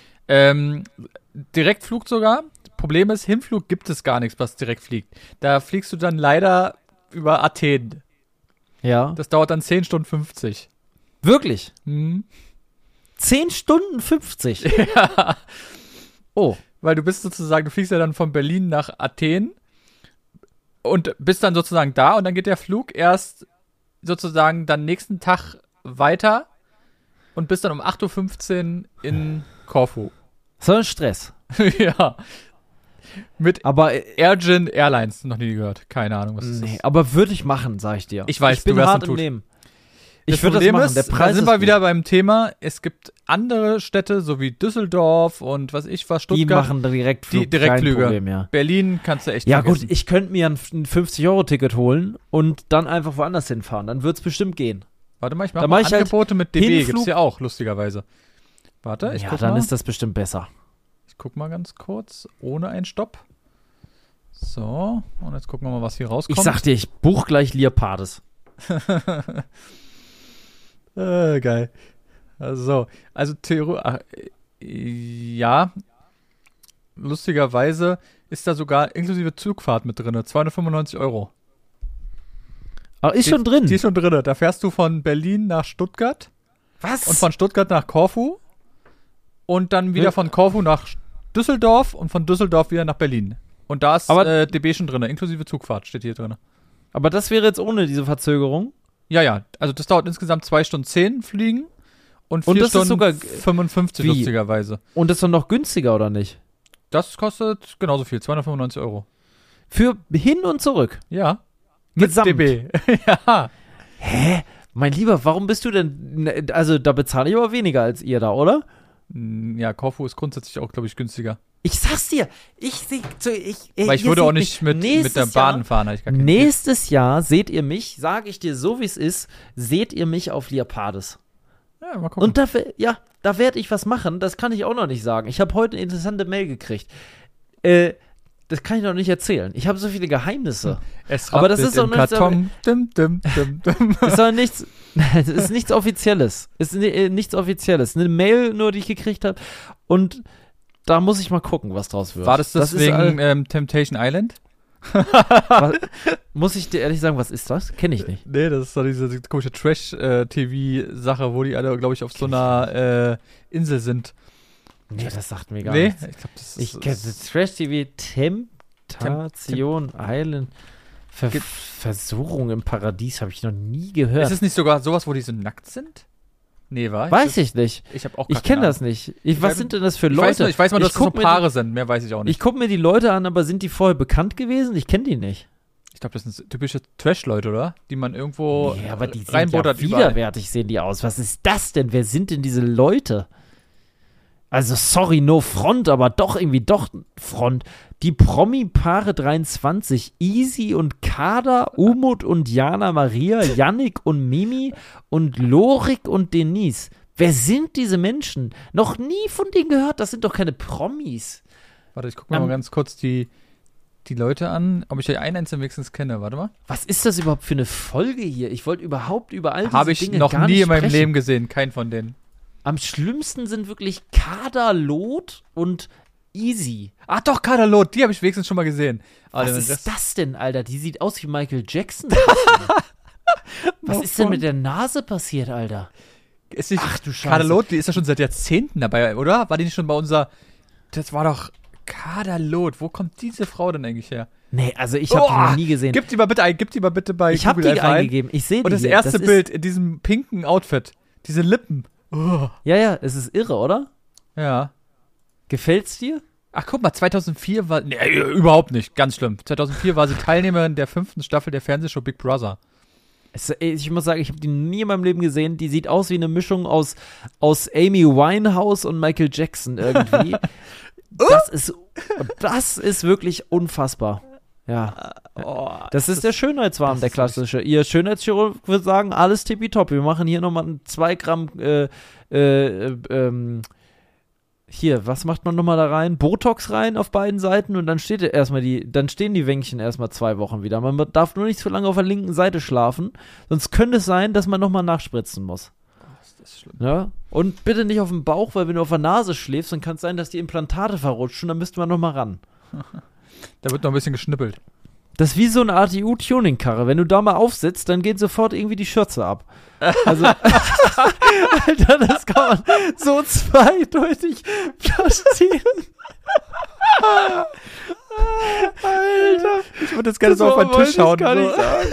[SPEAKER 2] Direktflug sogar. Problem ist, Hinflug gibt es gar nichts, was direkt fliegt. Da fliegst du dann leider über Athen.
[SPEAKER 1] Ja.
[SPEAKER 2] Das dauert dann 10 Stunden 50.
[SPEAKER 1] Wirklich?
[SPEAKER 2] 10
[SPEAKER 1] Stunden 50?
[SPEAKER 2] Ja.
[SPEAKER 1] Oh.
[SPEAKER 2] Weil du fliegst ja dann von Berlin nach Athen und bist dann sozusagen da und dann geht der Flug erst sozusagen dann nächsten Tag weiter und bist dann um 8:15 Uhr in Korfu.
[SPEAKER 1] So ein Stress.
[SPEAKER 2] Ja. Mit Airgen Airlines, noch nie gehört. Keine Ahnung, was das ist.
[SPEAKER 1] Aber würde ich machen, sag ich dir.
[SPEAKER 2] Ich weiß,
[SPEAKER 1] ich bin
[SPEAKER 2] du wärst
[SPEAKER 1] hart im Nehmen. Ich würde das machen. Der Preis
[SPEAKER 2] da sind wir wieder beim Thema. Es gibt andere Städte, so wie Düsseldorf und Stuttgart.
[SPEAKER 1] Die machen Direktflüge.
[SPEAKER 2] Kein Problem,
[SPEAKER 1] ja.
[SPEAKER 2] Berlin kannst du echt
[SPEAKER 1] vergessen. Gut, ich könnte mir ein 50-Euro-Ticket holen und dann einfach woanders hinfahren. Dann wird es bestimmt gehen.
[SPEAKER 2] Warte mal, ich mache mal Angebote
[SPEAKER 1] halt
[SPEAKER 2] mit DB. Gibt's ja auch, lustigerweise. Warte, ich guck mal. Ja,
[SPEAKER 1] dann ist das bestimmt besser.
[SPEAKER 2] Ich guck mal ganz kurz, ohne einen Stopp. So, und jetzt gucken wir mal, was hier rauskommt.
[SPEAKER 1] Ich sag dir, ich buch gleich Leopardes.
[SPEAKER 2] Geil. Also ja, lustigerweise ist da sogar inklusive Zugfahrt mit drin, 295 €.
[SPEAKER 1] Aber ist schon drin?
[SPEAKER 2] Die ist schon drin. Da fährst du von Berlin nach Stuttgart
[SPEAKER 1] Was?
[SPEAKER 2] Und von Stuttgart nach Korfu. Und dann wieder von Korfu nach Düsseldorf und von Düsseldorf wieder nach Berlin. Und da ist DB schon drin, inklusive Zugfahrt steht hier drin.
[SPEAKER 1] Aber das wäre jetzt ohne diese Verzögerung?
[SPEAKER 2] Ja. Also das dauert insgesamt 2 Stunden 10 fliegen und 4
[SPEAKER 1] das
[SPEAKER 2] Stunden
[SPEAKER 1] ist sogar
[SPEAKER 2] 55 lustigerweise.
[SPEAKER 1] Und das ist doch noch günstiger, oder nicht?
[SPEAKER 2] Das kostet genauso viel, 295 €.
[SPEAKER 1] Für hin und zurück?
[SPEAKER 2] Ja.
[SPEAKER 1] Gesamt.
[SPEAKER 2] Mit DB. Ja.
[SPEAKER 1] Hä? Mein Lieber, warum bist du denn, also da bezahle ich aber weniger als ihr da, oder?
[SPEAKER 2] Ja, Korfu ist grundsätzlich auch, glaube ich, günstiger.
[SPEAKER 1] Ich sag's dir,
[SPEAKER 2] weil ich würde auch nicht mit der Bahn fahren. Ich gar
[SPEAKER 1] nächstes Jahr seht ihr mich, sage ich dir so wie es ist, seht ihr mich auf Liapades.
[SPEAKER 2] Ja, mal gucken.
[SPEAKER 1] Und da werde ich was machen, das kann ich auch noch nicht sagen. Ich habe heute eine interessante Mail gekriegt. Das kann ich noch nicht erzählen. Ich habe so viele Geheimnisse.
[SPEAKER 2] Aber das ist doch Karton.
[SPEAKER 1] Ist doch nichts. Es ist nichts Offizielles. Es ist nichts Offizielles. Eine Mail nur, die ich gekriegt habe. Und da muss ich mal gucken, was draus wird.
[SPEAKER 2] War das wegen Temptation Island?
[SPEAKER 1] Muss ich dir ehrlich sagen, was ist das? Kenne ich nicht.
[SPEAKER 2] Nee, das ist doch diese komische Trash-TV-Sache, wo die alle, glaube ich, auf so einer Insel sind.
[SPEAKER 1] Nee, das sagt mir gar nichts.
[SPEAKER 2] Ich glaube, das ist...
[SPEAKER 1] Ich kenne Trash-TV Temptation Island. Versuchung im Paradies habe ich noch nie gehört.
[SPEAKER 2] Ist es nicht sogar sowas, wo die so nackt sind? Nee, war?
[SPEAKER 1] Weiß ich nicht.
[SPEAKER 2] Ich habe auch
[SPEAKER 1] Ich kenne das nicht. Was sind denn das für Leute?
[SPEAKER 2] Ich weiß mal, dass das so Paare sind. Mehr weiß ich auch nicht.
[SPEAKER 1] Ich gucke mir die Leute an, aber sind die vorher bekannt gewesen? Ich kenne die nicht.
[SPEAKER 2] Ich glaube, das sind typische Trash-Leute, oder? Die man irgendwo
[SPEAKER 1] aber die sind ja widerwärtig, sehen die aus. Was ist das denn? Wer sind denn diese Leute? Also, sorry, no front, aber doch irgendwie doch Front. Die Promi-Paare 23, Easy und Kader, Umut und Jana Maria, Yannick und Mimi und Lorik und Denise. Wer sind diese Menschen? Noch nie von denen gehört, das sind doch keine Promis.
[SPEAKER 2] Warte, ich gucke mir mal ganz kurz die Leute an, ob ich ja einen einzelnen wenigstens kenne. Warte mal.
[SPEAKER 1] Was ist das überhaupt für eine Folge hier? Ich wollte überhaupt über all diese
[SPEAKER 2] Habe ich
[SPEAKER 1] Dinge
[SPEAKER 2] noch
[SPEAKER 1] gar
[SPEAKER 2] nie
[SPEAKER 1] nicht
[SPEAKER 2] in meinem
[SPEAKER 1] sprechen.
[SPEAKER 2] Leben gesehen, keinen von denen.
[SPEAKER 1] Am schlimmsten sind wirklich Kader, Lot und Easy.
[SPEAKER 2] Ach doch, Kadalot, die habe ich wenigstens schon mal gesehen.
[SPEAKER 1] Was ist das denn, Alter? Die sieht aus wie Michael Jackson. Was ist denn mit der Nase passiert, Alter?
[SPEAKER 2] Ist nicht
[SPEAKER 1] Ach du Scheiße.
[SPEAKER 2] Kadalot, die ist ja schon seit Jahrzehnten dabei, oder? War die nicht schon bei unser... Das war doch Kadalot. Wo kommt diese Frau denn eigentlich her?
[SPEAKER 1] Nee, also ich habe die noch nie gesehen.
[SPEAKER 2] Gib die mal bitte ein, bei Google.
[SPEAKER 1] Ich habe die eingegeben, ich sehe die.
[SPEAKER 2] Und das erste Bild in diesem pinken Outfit, diese Lippen. Oh.
[SPEAKER 1] Ja, es ist irre, oder?
[SPEAKER 2] Ja.
[SPEAKER 1] Gefällt's dir?
[SPEAKER 2] Ach, guck mal, 2004 war... Nee, überhaupt nicht, ganz schlimm. 2004 war sie Teilnehmerin der 5. Staffel der Fernsehshow Big Brother.
[SPEAKER 1] Ich muss sagen, ich habe die nie in meinem Leben gesehen. Die sieht aus wie eine Mischung aus Amy Winehouse und Michael Jackson irgendwie. Das ist wirklich unfassbar. Ja. Das ist der Schönheitswahn, der klassische. Ihr Schönheitschirurg würde sagen, alles tippitopp. Wir machen hier nochmal 2 Gramm hier, was macht man nochmal da rein? Botox rein auf beiden Seiten und dann stehen die Wänkchen erstmal 2 Wochen wieder. Man darf nur nicht zu lange auf der linken Seite schlafen, sonst könnte es sein, dass man nochmal nachspritzen muss.
[SPEAKER 2] Das ist schlimm.
[SPEAKER 1] Ja? Und bitte nicht auf dem Bauch, weil wenn du auf der Nase schläfst, dann kann es sein, dass die Implantate verrutschen und dann müsste man nochmal ran.
[SPEAKER 2] Da wird noch ein bisschen geschnippelt.
[SPEAKER 1] Das ist wie so eine ATU-Tuning-Karre. Wenn du da mal aufsitzt, dann geht sofort irgendwie die Schürze ab. Also, Alter, das kann man so zweideutig verstehen. Alter.
[SPEAKER 2] Ich würde jetzt gerne so auf meinen Tisch schauen.
[SPEAKER 1] Kann ich sagen.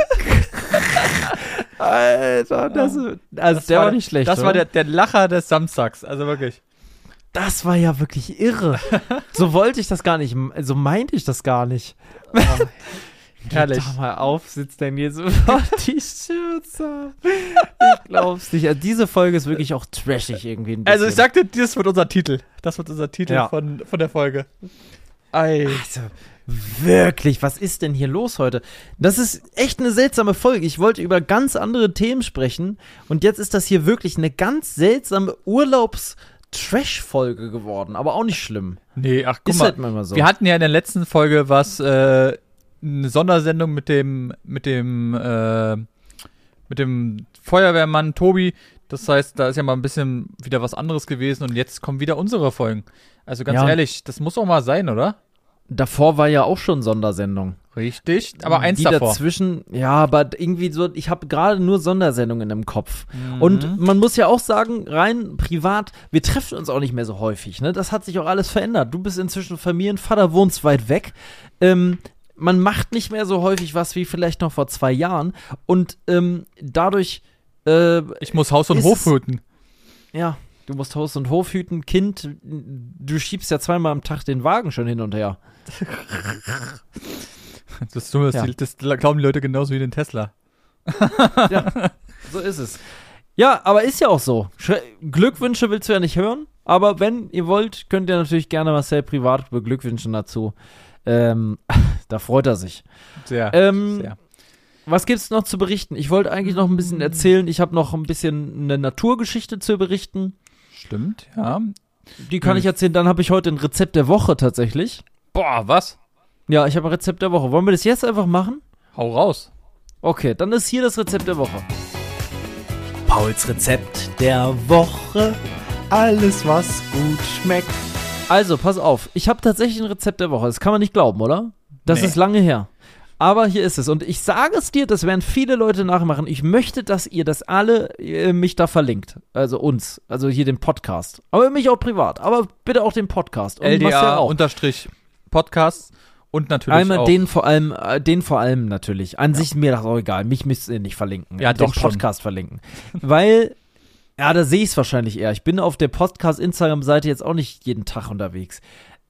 [SPEAKER 1] Alter, der war nicht schlecht.
[SPEAKER 2] Das war der Lacher des Samstags, also wirklich.
[SPEAKER 1] Das war ja wirklich irre. So wollte ich das gar nicht, so meinte ich das gar nicht. Oh.
[SPEAKER 2] Herrlich.
[SPEAKER 1] Geh da mal auf, sitzt denn hier sofort die Schürze. Ich glaub's nicht. Also diese Folge ist wirklich auch trashig irgendwie ein bisschen.
[SPEAKER 2] Also ich sagte, das wird unser Titel. Das wird unser Titel von der Folge.
[SPEAKER 1] Also, wirklich, was ist denn hier los heute? Das ist echt eine seltsame Folge. Ich wollte über ganz andere Themen sprechen und jetzt ist das hier wirklich eine ganz seltsame Trash-Folge geworden, aber auch nicht schlimm.
[SPEAKER 2] Nee, ach guck
[SPEAKER 1] ist
[SPEAKER 2] mal,
[SPEAKER 1] halt manchmal so.
[SPEAKER 2] Wir hatten ja in der letzten Folge eine Sondersendung mit dem Feuerwehrmann Tobi. Das heißt, da ist ja mal ein bisschen wieder was anderes gewesen und jetzt kommen wieder unsere Folgen. Also ganz ehrlich, das muss auch mal sein, oder?
[SPEAKER 1] Davor war ja auch schon Sondersendung.
[SPEAKER 2] Richtig, aber eins
[SPEAKER 1] die
[SPEAKER 2] davor.
[SPEAKER 1] Dazwischen, ja, aber irgendwie so, ich habe gerade nur Sondersendungen im Kopf. Und man muss ja auch sagen, rein privat, wir treffen uns auch nicht mehr so häufig, ne? Das hat sich auch alles verändert. Du bist inzwischen Familienvater, wohnst weit weg. Man macht nicht mehr so häufig was wie vielleicht noch vor 2 Jahren. Und dadurch
[SPEAKER 2] ich muss Haus und Hof hüten.
[SPEAKER 1] Ja, du musst Haus und Hof hüten. Kind, du schiebst ja 2-mal am Tag den Wagen schon hin und her.
[SPEAKER 2] Das glauben die Leute genauso wie den Tesla.
[SPEAKER 1] Ja, so ist es. Ja, aber ist ja auch so. Glückwünsche willst du ja nicht hören, aber wenn ihr wollt, könnt ihr natürlich gerne Marcel privat beglückwünschen dazu. Da freut er sich.
[SPEAKER 2] Sehr.
[SPEAKER 1] Was gibt's noch zu berichten? Ich wollte eigentlich noch ein bisschen erzählen. Ich habe noch ein bisschen eine Naturgeschichte zu berichten.
[SPEAKER 2] Stimmt, ja.
[SPEAKER 1] Die kann ich erzählen. Dann habe ich heute ein Rezept der Woche tatsächlich.
[SPEAKER 2] Boah, was?
[SPEAKER 1] Ja, ich habe ein Rezept der Woche. Wollen wir das jetzt einfach machen?
[SPEAKER 2] Hau raus.
[SPEAKER 1] Okay, dann ist hier das Rezept der Woche.
[SPEAKER 3] Pauls Rezept der Woche. Alles, was gut schmeckt.
[SPEAKER 1] Also, pass auf. Ich habe tatsächlich ein Rezept der Woche. Das kann man nicht glauben, oder? Das ist lange her. Aber hier ist es. Und ich sage es dir, das werden viele Leute nachmachen. Ich möchte, dass ihr das alle mich da verlinkt. Also uns. Also hier den Podcast. Aber mich auch privat. Aber bitte auch den Podcast. Und
[SPEAKER 2] LDA-Podcast. Und natürlich
[SPEAKER 1] einmal
[SPEAKER 2] auch.
[SPEAKER 1] den vor allem natürlich. An sich mir das auch egal. Mich müsst ihr nicht verlinken.
[SPEAKER 2] Ja,
[SPEAKER 1] den
[SPEAKER 2] doch schon.
[SPEAKER 1] Podcast verlinken. Weil, ja, da sehe ich es wahrscheinlich eher. Ich bin auf der Podcast-Instagram-Seite jetzt auch nicht jeden Tag unterwegs.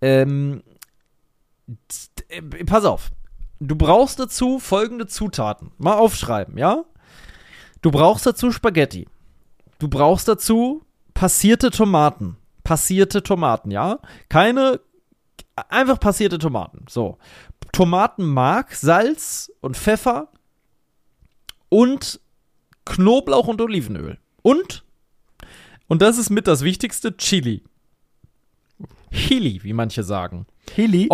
[SPEAKER 1] Pass auf. Du brauchst dazu folgende Zutaten. Mal aufschreiben, ja? Du brauchst dazu Spaghetti. Du brauchst dazu passierte Tomaten. Passierte Tomaten, ja? Einfach passierte Tomaten. So. Tomatenmark, Salz und Pfeffer und Knoblauch und Olivenöl. Und das ist mit das Wichtigste, Chili. Chili, wie manche sagen.
[SPEAKER 2] Chili?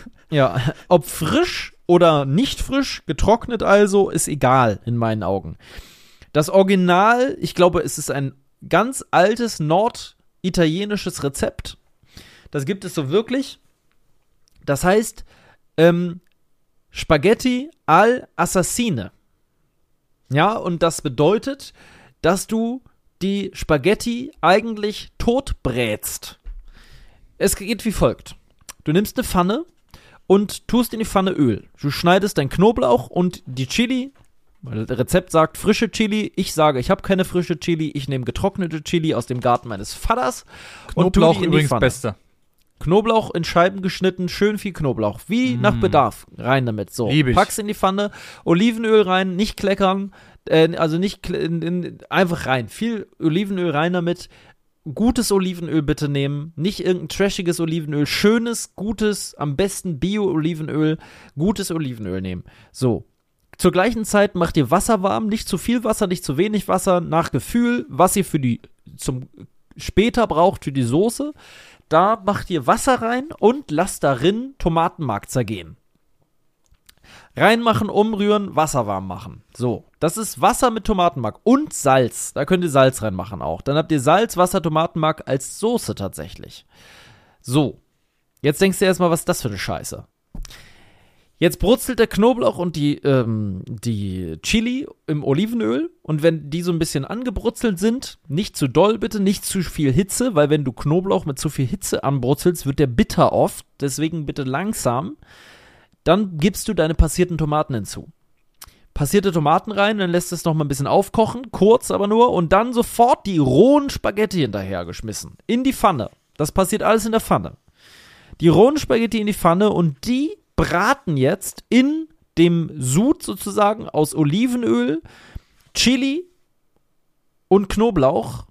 [SPEAKER 1] Ob frisch oder nicht frisch, getrocknet also, ist egal in meinen Augen. Das Original, ich glaube, es ist ein ganz altes norditalienisches Rezept. Das gibt es so wirklich. Das heißt, Spaghetti all'Assassine. Ja, und das bedeutet, dass du die Spaghetti eigentlich totbrätst. Es geht wie folgt. Du nimmst eine Pfanne und tust in die Pfanne Öl. Du schneidest dein Knoblauch und die Chili, weil das Rezept sagt frische Chili. Ich sage, ich habe keine frische Chili. Ich nehme getrocknete Chili aus dem Garten meines Vaters.
[SPEAKER 2] Knoblauch
[SPEAKER 1] und tu die in
[SPEAKER 2] übrigens
[SPEAKER 1] die Pfanne.
[SPEAKER 2] Beste.
[SPEAKER 1] Knoblauch in Scheiben geschnitten, schön viel Knoblauch. Wie nach Bedarf. Rein damit. So,
[SPEAKER 2] Lieb ich.
[SPEAKER 1] pack's in die Pfanne, Olivenöl rein, nicht kleckern, einfach rein. Viel Olivenöl rein damit. Gutes Olivenöl bitte nehmen. Nicht irgendein trashiges Olivenöl. Schönes, gutes, am besten Bio-Olivenöl. Gutes Olivenöl nehmen. So. Zur gleichen Zeit macht ihr Wasser warm. Nicht zu viel Wasser, nicht zu wenig Wasser. Nach Gefühl, was ihr zum später braucht für die Soße. Da macht ihr Wasser rein und lasst darin Tomatenmark zergehen. Reinmachen, umrühren, Wasser warm machen. So, das ist Wasser mit Tomatenmark und Salz. Da könnt ihr Salz reinmachen auch. Dann habt ihr Salz, Wasser, Tomatenmark als Soße tatsächlich. So, jetzt denkst du erstmal, was ist das für eine Scheiße? Jetzt brutzelt der Knoblauch und die Chili im Olivenöl. Und wenn die so ein bisschen angebrutzelt sind, nicht zu doll bitte, nicht zu viel Hitze, weil wenn du Knoblauch mit zu viel Hitze anbrutzelst, wird der bitter oft. Deswegen bitte langsam. Dann gibst du deine passierten Tomaten hinzu. Passierte Tomaten rein, dann lässt es noch mal ein bisschen aufkochen, kurz aber nur. Und dann sofort die rohen Spaghetti hinterher geschmissen. In die Pfanne. Das passiert alles in der Pfanne. Die rohen Spaghetti in die Pfanne und die braten jetzt in dem Sud sozusagen aus Olivenöl, Chili und Knoblauch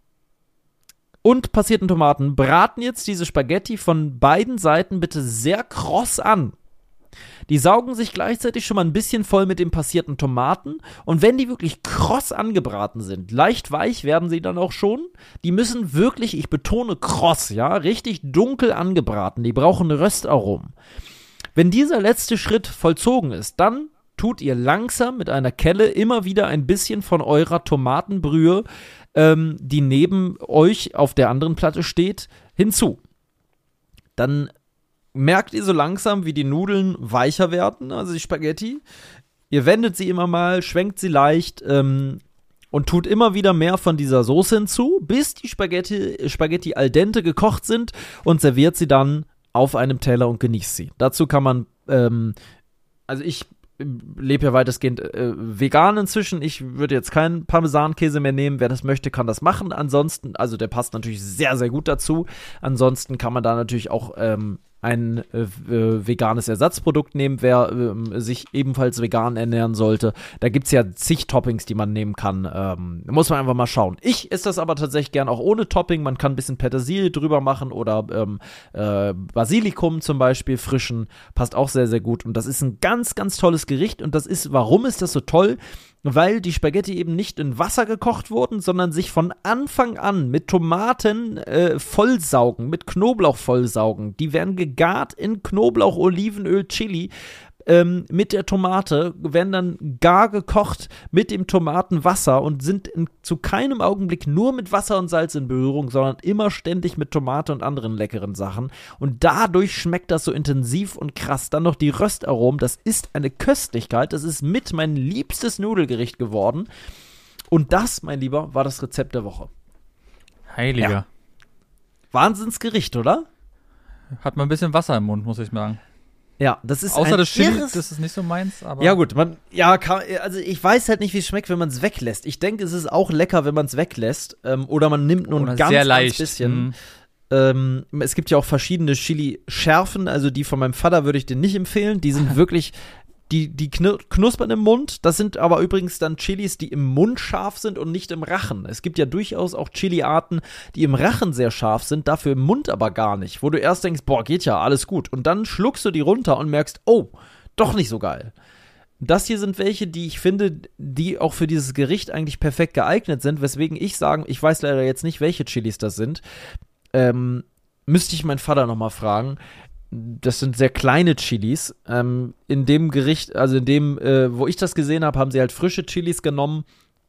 [SPEAKER 1] und passierten Tomaten. Braten jetzt diese Spaghetti von beiden Seiten bitte sehr kross an. Die saugen sich gleichzeitig schon mal ein bisschen voll mit den passierten Tomaten. Und wenn die wirklich kross angebraten sind, leicht weich werden sie dann auch schon. Die müssen wirklich, ich betone kross, ja, richtig dunkel angebraten. Die brauchen Röstaromen. Wenn dieser letzte Schritt vollzogen ist, dann tut ihr langsam mit einer Kelle immer wieder ein bisschen von eurer Tomatenbrühe, die neben euch auf der anderen Platte steht, hinzu. Dann merkt ihr so langsam, wie die Nudeln weicher werden, also die Spaghetti. Ihr wendet sie immer mal, schwenkt sie leicht und tut immer wieder mehr von dieser Soße hinzu, bis die Spaghetti al dente gekocht sind und serviert sie dann auf einem Teller und genießt sie. Dazu kann man, also ich lebe ja weitestgehend vegan inzwischen. Ich würde jetzt keinen Parmesankäse mehr nehmen. Wer das möchte, kann das machen. Ansonsten, also der passt natürlich sehr, sehr gut dazu. Ansonsten kann man da natürlich auch ein veganes Ersatzprodukt nehmen, wer sich ebenfalls vegan ernähren sollte. Da gibt es ja zig Toppings, die man nehmen kann. Muss man einfach mal schauen. Ich esse das aber tatsächlich gern auch ohne Topping. Man kann ein bisschen Petersilie drüber machen oder Basilikum zum Beispiel frischen. Passt auch sehr, sehr gut. Und das ist ein ganz, ganz tolles Gericht. Und warum ist das so toll? Weil die Spaghetti eben nicht in Wasser gekocht wurden, sondern sich von Anfang an mit Tomaten vollsaugen, mit Knoblauch vollsaugen. Die werden gegart in Knoblauch, Olivenöl, Chili mit der Tomate, werden dann gar gekocht mit dem Tomatenwasser und sind zu keinem Augenblick nur mit Wasser und Salz in Berührung, sondern immer ständig mit Tomate und anderen leckeren Sachen. Und dadurch schmeckt das so intensiv und krass. Dann noch die Röstaromen, das ist eine Köstlichkeit. Das ist mit mein liebstes Nudelgericht geworden. Und das, mein Lieber, war das Rezept der Woche.
[SPEAKER 2] Heiliger.
[SPEAKER 1] Ja. Wahnsinnsgericht, oder?
[SPEAKER 2] Hat man ein bisschen Wasser im Mund, muss ich sagen.
[SPEAKER 1] Ja, das ist
[SPEAKER 2] außer
[SPEAKER 1] ein
[SPEAKER 2] das Chili, das ist nicht so meins, aber
[SPEAKER 1] ja gut, also ich weiß halt nicht, wie es schmeckt, wenn man es weglässt. Ich denke, es ist auch lecker, wenn man es weglässt, oder man nimmt nur ein ganz bisschen. Es gibt ja auch verschiedene Chili-Schärfen, also die von meinem Vater würde ich dir nicht empfehlen. Die sind wirklich, die knuspern im Mund. Das sind aber übrigens dann Chilis, die im Mund scharf sind und nicht im Rachen. Es gibt ja durchaus auch Chili-Arten, die im Rachen sehr scharf sind, dafür im Mund aber gar nicht. Wo du erst denkst, boah, geht ja, alles gut. Und dann schluckst du die runter und merkst, oh, doch nicht so geil. Das hier sind welche, die ich finde, die auch für dieses Gericht eigentlich perfekt geeignet sind, weswegen ich weiß leider jetzt nicht, welche Chilis das sind. Müsste ich meinen Vater nochmal fragen. Das sind sehr kleine Chilis. In dem Gericht, also wo ich das gesehen habe, haben sie halt frische Chilis genommen.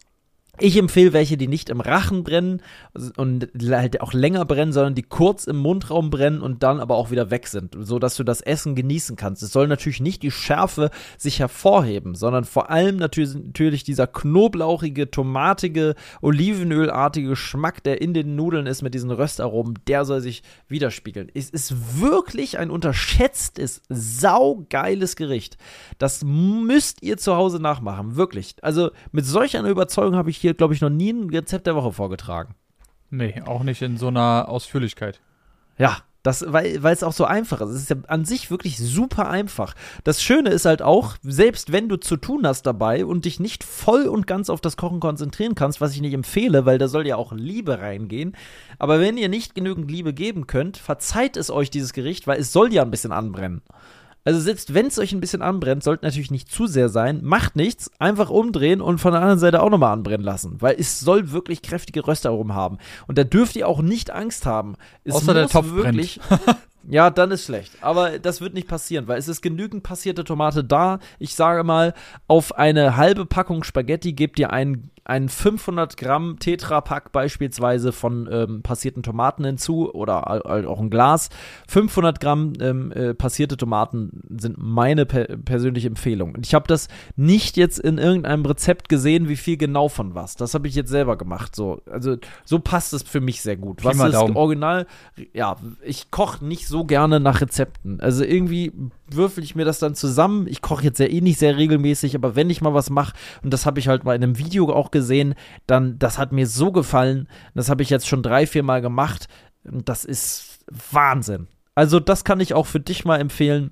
[SPEAKER 1] Ich empfehle welche, die nicht im Rachen brennen und halt auch länger brennen, sondern die kurz im Mundraum brennen und dann aber auch wieder weg sind, sodass du das Essen genießen kannst. Es soll natürlich nicht die Schärfe sich hervorheben, sondern vor allem natürlich dieser knoblauchige, tomatige, olivenölartige Geschmack, der in den Nudeln ist mit diesen Röstaromen, der soll sich widerspiegeln. Es ist wirklich ein unterschätztes, saugeiles Gericht. Das müsst ihr zu Hause nachmachen, wirklich. Also mit solch einer Überzeugung habe ich hier, glaube ich, noch nie ein Rezept der Woche vorgetragen.
[SPEAKER 2] Nee, auch nicht in so einer Ausführlichkeit.
[SPEAKER 1] Ja, weil es auch so einfach ist. Es ist ja an sich wirklich super einfach. Das Schöne ist halt auch, selbst wenn du zu tun hast dabei und dich nicht voll und ganz auf das Kochen konzentrieren kannst, was ich nicht empfehle, weil da soll ja auch Liebe reingehen. Aber wenn ihr nicht genügend Liebe geben könnt, verzeiht es euch dieses Gericht, weil es soll ja ein bisschen anbrennen. Also selbst wenn es euch ein bisschen anbrennt, sollte natürlich nicht zu sehr sein. Macht nichts, einfach umdrehen und von der anderen Seite auch nochmal anbrennen lassen. Weil es soll wirklich kräftige Röstaromen haben. Und da dürft ihr auch nicht Angst haben.
[SPEAKER 2] Außer der Topf wirklich brennt.
[SPEAKER 1] Ja, dann ist schlecht. Aber das wird nicht passieren, weil es ist genügend passierte Tomate da. Ich sage mal, auf eine halbe Packung Spaghetti gebt ihr einen 500 Gramm Tetra-Pack beispielsweise von passierten Tomaten hinzu oder auch ein Glas. 500 Gramm passierte Tomaten sind meine persönliche Empfehlung. Und ich habe das nicht jetzt in irgendeinem Rezept gesehen, wie viel genau von was. Das habe ich jetzt selber gemacht. Also so passt es für mich sehr gut. Was ist original? Ja, ich koche nicht so gerne nach Rezepten. Also irgendwie würfel ich mir das dann zusammen. Ich koche jetzt nicht sehr regelmäßig, aber wenn ich mal was mache, und das habe ich halt mal in einem Video auch gesehen, dann, das hat mir so gefallen. Das habe ich jetzt schon 3-4 Mal gemacht. Das ist Wahnsinn. Also das kann ich auch für dich mal empfehlen.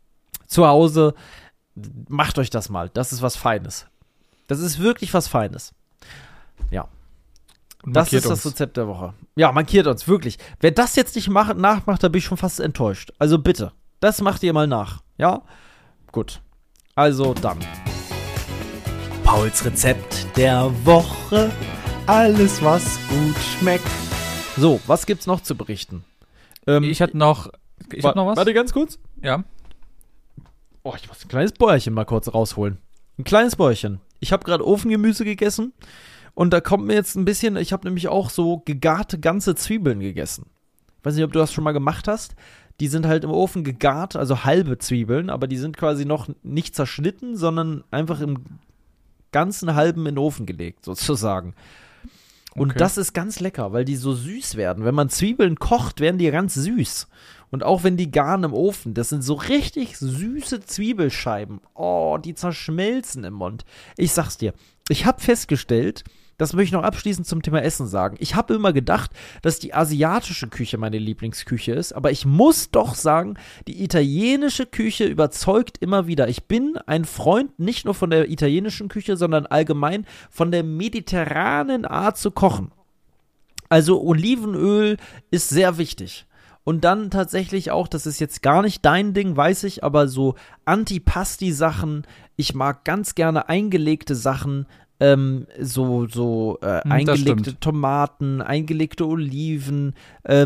[SPEAKER 1] Zu Hause, macht euch das mal. Das ist was Feines. Das ist wirklich was Feines. Ja. Das ist das Rezept der Woche. Ja, markiert uns, wirklich. Wer das jetzt nicht nachmacht, da bin ich schon fast enttäuscht. Also bitte, das macht ihr mal nach. Ja? Gut. Also dann.
[SPEAKER 3] Pauls Rezept der Woche. Alles, was gut schmeckt.
[SPEAKER 1] So, was gibt's noch zu berichten?
[SPEAKER 2] Ich hab noch was.
[SPEAKER 1] Warte ganz kurz.
[SPEAKER 2] Ja.
[SPEAKER 1] Oh, ich muss ein kleines Bäuerchen mal kurz rausholen. Ein kleines Bäuerchen. Ich habe gerade Ofengemüse gegessen. Und da kommt mir jetzt ein bisschen, ich habe nämlich auch so gegarte ganze Zwiebeln gegessen. Ich weiß nicht, ob du das schon mal gemacht hast. die sind halt im Ofen gegart, also halbe Zwiebeln, aber die sind quasi noch nicht zerschnitten, sondern einfach im ganzen halben in den Ofen gelegt, sozusagen. Und das ist ganz lecker, weil die so süß werden. Wenn man Zwiebeln kocht, werden die ganz süß. Und auch wenn die garen im Ofen, das sind so richtig süße Zwiebelscheiben. Oh, die zerschmelzen im Mund. Ich sag's dir, ich habe festgestellt, das möchte ich noch abschließend zum Thema Essen sagen. Ich habe immer gedacht, dass die asiatische Küche meine Lieblingsküche ist, aber ich muss doch sagen, die italienische Küche überzeugt immer wieder. Ich bin ein Freund nicht nur von der italienischen Küche, sondern allgemein von der mediterranen Art zu kochen. Also Olivenöl ist sehr wichtig. Und dann tatsächlich auch, das ist jetzt gar nicht dein Ding, weiß ich, aber so Antipasti-Sachen, ich mag ganz gerne eingelegte Sachen, eingelegte Tomaten, eingelegte Oliven,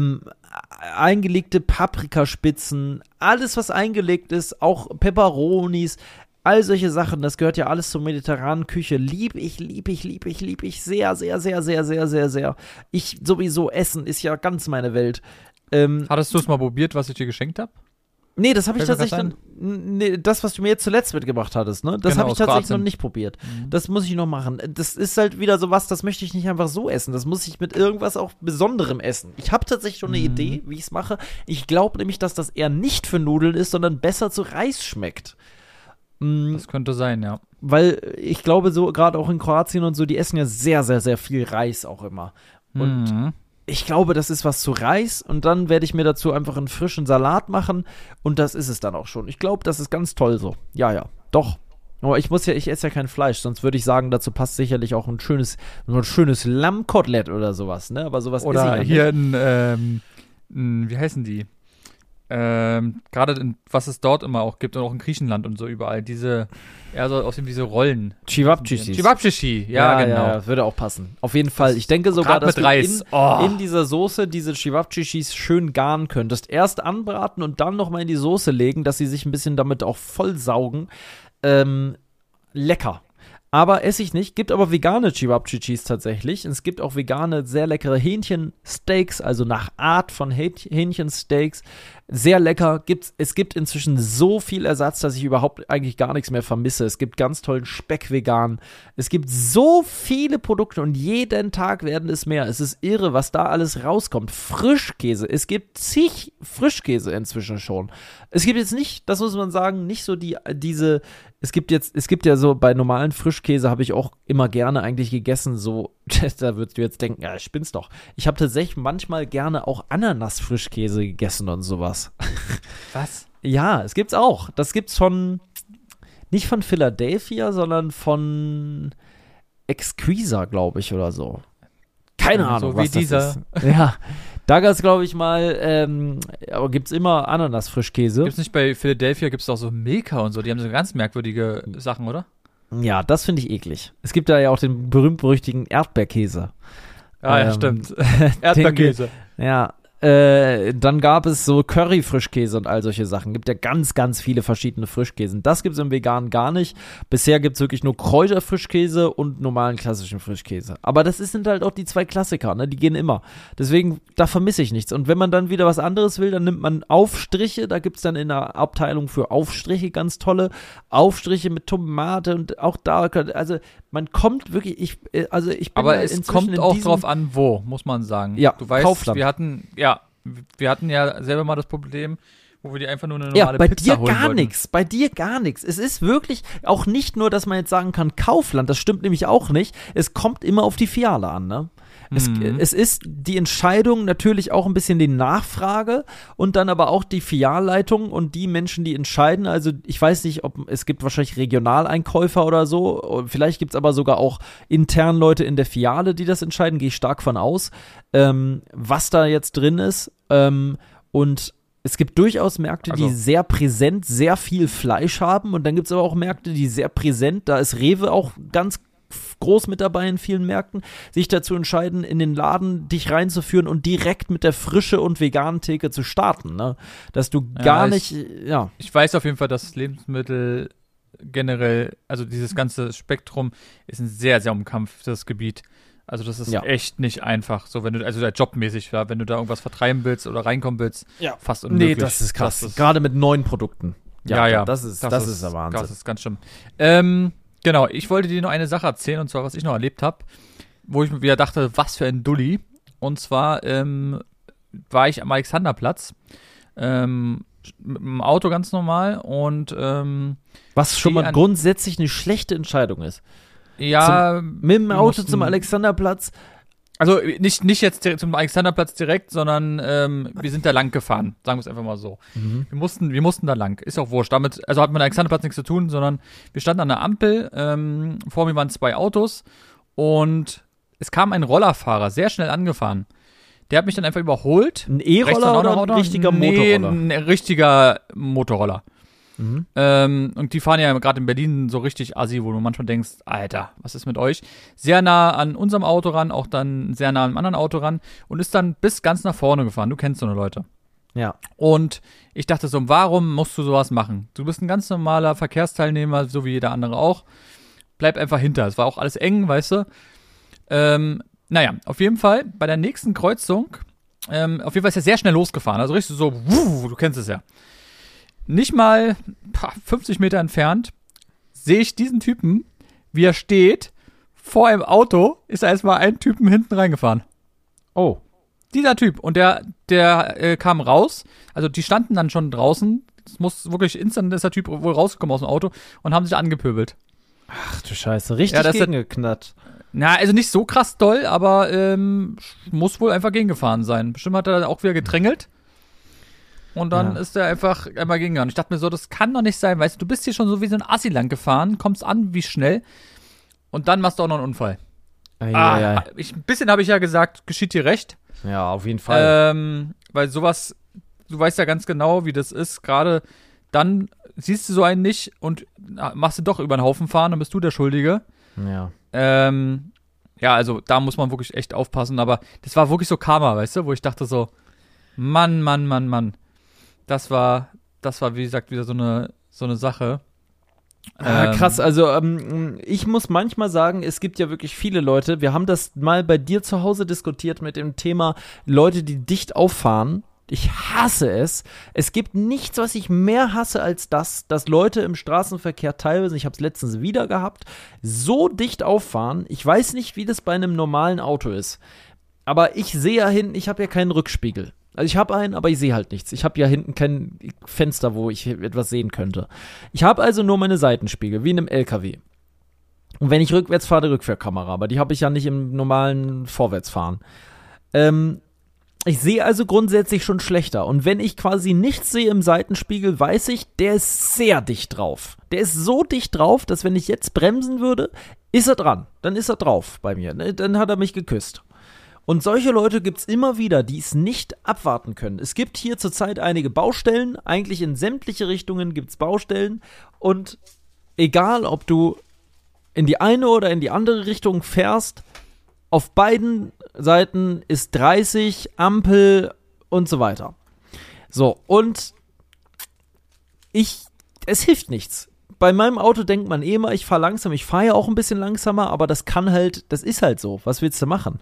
[SPEAKER 1] eingelegte Paprikaspitzen, alles was eingelegt ist, auch Peperonis, all solche Sachen, das gehört ja alles zur mediterranen Küche, liebe ich sehr, sehr, sehr, sehr, sehr, sehr, sehr. Ich sowieso, Essen ist ja ganz meine Welt.
[SPEAKER 2] Hattest du es mal probiert, was ich dir geschenkt habe?
[SPEAKER 1] Nee, das habe ich tatsächlich das, was du mir jetzt zuletzt mitgebracht hattest, ne? Das habe ich tatsächlich noch nicht probiert. Das muss ich noch machen. Das ist halt wieder sowas, das möchte ich nicht einfach so essen. Das muss ich mit irgendwas auch Besonderem essen. Ich habe tatsächlich schon eine Idee, wie ich es mache. Ich glaube nämlich, dass das eher nicht für Nudeln ist, sondern besser zu Reis schmeckt.
[SPEAKER 2] Das könnte sein, ja.
[SPEAKER 1] Weil ich glaube, so gerade auch in Kroatien und so, die essen ja sehr, sehr, sehr viel Reis auch immer. Und ich glaube, das ist was zu Reis und dann werde ich mir dazu einfach einen frischen Salat machen und das ist es dann auch schon. Ich glaube, das ist ganz toll so. Ja, doch. Aber ich esse ja kein Fleisch, sonst würde ich sagen, dazu passt sicherlich auch ein schönes Lammkotelett oder sowas, ne? Aber sowas
[SPEAKER 2] oder
[SPEAKER 1] esse ich
[SPEAKER 2] hier wie heißen die? Gerade was es dort immer auch gibt und auch in Griechenland und so überall, diese Rollen.
[SPEAKER 1] Cevapcici,
[SPEAKER 2] ja, genau.
[SPEAKER 1] Ja, würde auch passen. Auf jeden Fall. Ich denke sogar, dass
[SPEAKER 2] du
[SPEAKER 1] in dieser Soße diese Cevapcicis schön garen könntest. Erst anbraten und dann nochmal in die Soße legen, dass sie sich ein bisschen damit auch vollsaugen. Lecker. Aber esse ich nicht. Gibt aber vegane Cevapcicis tatsächlich. Und es gibt auch vegane, sehr leckere Hähnchensteaks, also nach Art von Hähnchensteaks. Sehr lecker. Es gibt inzwischen so viel Ersatz, dass ich überhaupt eigentlich gar nichts mehr vermisse. Es gibt ganz tollen Speck vegan. Es gibt so viele Produkte und jeden Tag werden es mehr. Es ist irre, was da alles rauskommt. Frischkäse. Es gibt zig Frischkäse inzwischen schon. Es gibt jetzt nicht, das muss man sagen, nicht so es gibt ja so, bei normalen Frischkäse habe ich auch immer gerne eigentlich gegessen, so, da würdest du jetzt denken, ja, spinnst doch. Ich habe tatsächlich manchmal gerne auch Ananas-Frischkäse gegessen und sowas.
[SPEAKER 2] Was?
[SPEAKER 1] Ja, es gibt's auch. Das gibt's nicht von Philadelphia, sondern von Exquisa, glaube ich, oder so. Keine Ahnung,
[SPEAKER 2] so
[SPEAKER 1] was
[SPEAKER 2] wie
[SPEAKER 1] das ist. Ja, da gab's, glaube ich, mal, aber gibt's immer Ananas-Frischkäse.
[SPEAKER 2] Gibt's nicht bei Philadelphia, gibt's auch so Milka und so, die haben so ganz merkwürdige Sachen, oder?
[SPEAKER 1] Ja, das finde ich eklig. Es gibt da ja auch den berühmt-berüchtigten Erdbeerkäse.
[SPEAKER 2] Ja, stimmt. Erdbeerkäse.
[SPEAKER 1] Ja, dann gab es so Curry-Frischkäse und all solche Sachen. Gibt ja ganz, ganz viele verschiedene Frischkäsen. Das gibt es im Veganen gar nicht. Bisher gibt es wirklich nur Kräuterfrischkäse und normalen klassischen Frischkäse. Aber das sind halt auch die zwei Klassiker, ne? Die gehen immer. Deswegen, da vermisse ich nichts. Und wenn man dann wieder was anderes will, dann nimmt man Aufstriche. Da gibt es dann in der Abteilung für Aufstriche ganz tolle Aufstriche mit Tomate und auch da, also man kommt wirklich, ich bin
[SPEAKER 2] aber es kommt auch drauf an, wo, muss man sagen.
[SPEAKER 1] Ja,
[SPEAKER 2] du weißt,
[SPEAKER 1] Kaufland.
[SPEAKER 2] wir hatten ja selber mal das Problem, wo wir die einfach nur eine normale Pizza holen wollten.
[SPEAKER 1] Bei dir gar nichts. Es ist wirklich auch nicht nur, dass man jetzt sagen kann, Kaufland, das stimmt nämlich auch nicht. Es kommt immer auf die Filiale an, ne? Es ist die Entscheidung natürlich auch ein bisschen die Nachfrage und dann aber auch die Filialleitung und die Menschen, die entscheiden. Also ich weiß nicht, es gibt wahrscheinlich Regionaleinkäufer oder so. Vielleicht gibt es aber sogar auch intern Leute in der Filiale, die das entscheiden. Gehe ich stark von aus, was da jetzt drin ist. Und es gibt durchaus Märkte, die sehr präsent sehr viel Fleisch haben. Und dann gibt es aber auch Märkte, die sehr präsent, da ist Rewe auch ganz groß mit dabei in vielen Märkten, sich dazu entscheiden, in den Laden dich reinzuführen und direkt mit der Frische und veganen Theke zu starten, ne? Dass du
[SPEAKER 2] Ich weiß auf jeden Fall, dass Lebensmittel generell, also dieses ganze Spektrum ist ein sehr, sehr umkämpftes Gebiet. Also das ist echt nicht einfach, so wenn du, also jobmäßig, wenn du da irgendwas vertreiben willst oder reinkommen willst, fast unmöglich.
[SPEAKER 1] Nee, das ist krass. Gerade mit neuen Produkten.
[SPEAKER 2] Ja.
[SPEAKER 1] Das ist der Wahnsinn.
[SPEAKER 2] Das ist ganz schlimm. Genau, ich wollte dir noch eine Sache erzählen, und zwar, was ich noch erlebt habe, wo ich mir wieder dachte, was für ein Dulli. Und zwar war ich am Alexanderplatz, mit dem Auto ganz normal und
[SPEAKER 1] was schon mal grundsätzlich eine schlechte Entscheidung ist.
[SPEAKER 2] Ja,
[SPEAKER 1] mit dem Auto zum Alexanderplatz.
[SPEAKER 2] Also nicht jetzt zum Alexanderplatz direkt, sondern wir sind da lang gefahren, sagen wir es einfach mal so. Wir mussten da lang, ist auch wurscht. Damit, also hat mit dem Alexanderplatz nichts zu tun, sondern wir standen an der Ampel, vor mir waren 2 Autos und es kam ein Rollerfahrer, sehr schnell angefahren. Der hat mich dann einfach überholt.
[SPEAKER 1] Ein E-Roller oder ein richtiger Motorroller?
[SPEAKER 2] Nee, ein richtiger Motorroller. Und die fahren ja gerade in Berlin so richtig assi, wo du manchmal denkst, Alter, was ist mit euch? Sehr nah an unserem Auto ran, auch dann sehr nah an einem anderen Auto ran und ist dann bis ganz nach vorne gefahren. Du kennst so eine Leute.
[SPEAKER 1] Ja.
[SPEAKER 2] Und ich dachte so, warum musst du sowas machen? Du bist ein ganz normaler Verkehrsteilnehmer, so wie jeder andere auch. Bleib einfach hinter. Es war auch alles eng, weißt du? Naja, auf jeden Fall, bei der nächsten Kreuzung, auf jeden Fall ist er sehr schnell losgefahren. Also richtig so, du kennst es ja. Nicht mal 50 Meter entfernt sehe ich diesen Typen, wie er steht, vor einem Auto, ist er erstmal einen Typen hinten reingefahren.
[SPEAKER 1] Oh.
[SPEAKER 2] Dieser Typ. Und der kam raus, also die standen dann schon draußen, es muss wirklich instant ist der Typ wohl rausgekommen aus dem Auto und haben sich angepöbelt.
[SPEAKER 1] Ach du Scheiße, richtig gegengeknallt.
[SPEAKER 2] Na, also nicht so krass doll, aber muss wohl einfach gegengefahren sein. Bestimmt hat er dann auch wieder gedrängelt. Und dann ist er einfach einmal gegengegangen. Ich dachte mir so, das kann doch nicht sein, weißt du, du bist hier schon so wie so ein Assi lang gefahren, kommst an, wie schnell, und dann machst du auch noch einen Unfall. Ein bisschen habe ich ja gesagt, geschieht dir recht.
[SPEAKER 1] Ja, auf jeden Fall.
[SPEAKER 2] Weil sowas, du weißt ja ganz genau, wie das ist, gerade dann siehst du so einen nicht und machst du doch über den Haufen fahren, dann bist du der Schuldige.
[SPEAKER 1] Ja.
[SPEAKER 2] Ja, also da muss man wirklich echt aufpassen, aber das war wirklich so Karma, weißt du, wo ich dachte so, Mann. Das war, wie gesagt, wieder so eine Sache.
[SPEAKER 1] Krass, also ich muss manchmal sagen, es gibt ja wirklich viele Leute, wir haben das mal bei dir zu Hause diskutiert mit dem Thema Leute, die dicht auffahren. Ich hasse es. Es gibt nichts, was ich mehr hasse als das, dass Leute im Straßenverkehr teilweise, ich habe es letztens wieder gehabt, so dicht auffahren. Ich weiß nicht, wie das bei einem normalen Auto ist. Aber ich sehe ja hinten, ich habe ja keinen Rückspiegel. Also ich habe einen, aber ich sehe halt nichts. Ich habe ja hinten kein Fenster, wo ich etwas sehen könnte. Ich habe also nur meine Seitenspiegel, wie in einem LKW. Und wenn ich rückwärts fahre, die Rückfahrkamera. Aber die habe ich ja nicht im normalen Vorwärtsfahren. Ich sehe also grundsätzlich schon schlechter. Und wenn ich quasi nichts sehe im Seitenspiegel, weiß ich, der ist sehr dicht drauf. Der ist so dicht drauf, dass wenn ich jetzt bremsen würde, ist er dran. Dann ist er drauf bei mir. Dann hat er mich geküsst. Und solche Leute gibt's immer wieder, die es nicht abwarten können. Es gibt hier zurzeit einige Baustellen, eigentlich in sämtliche Richtungen gibt's Baustellen. Und egal, ob du in die eine oder in die andere Richtung fährst, auf beiden Seiten ist 30, Ampel und so weiter. So, und es hilft nichts. Bei meinem Auto denkt man immer, ich fahre langsam, ich fahre ja auch ein bisschen langsamer, aber das ist halt so. Was willst du machen?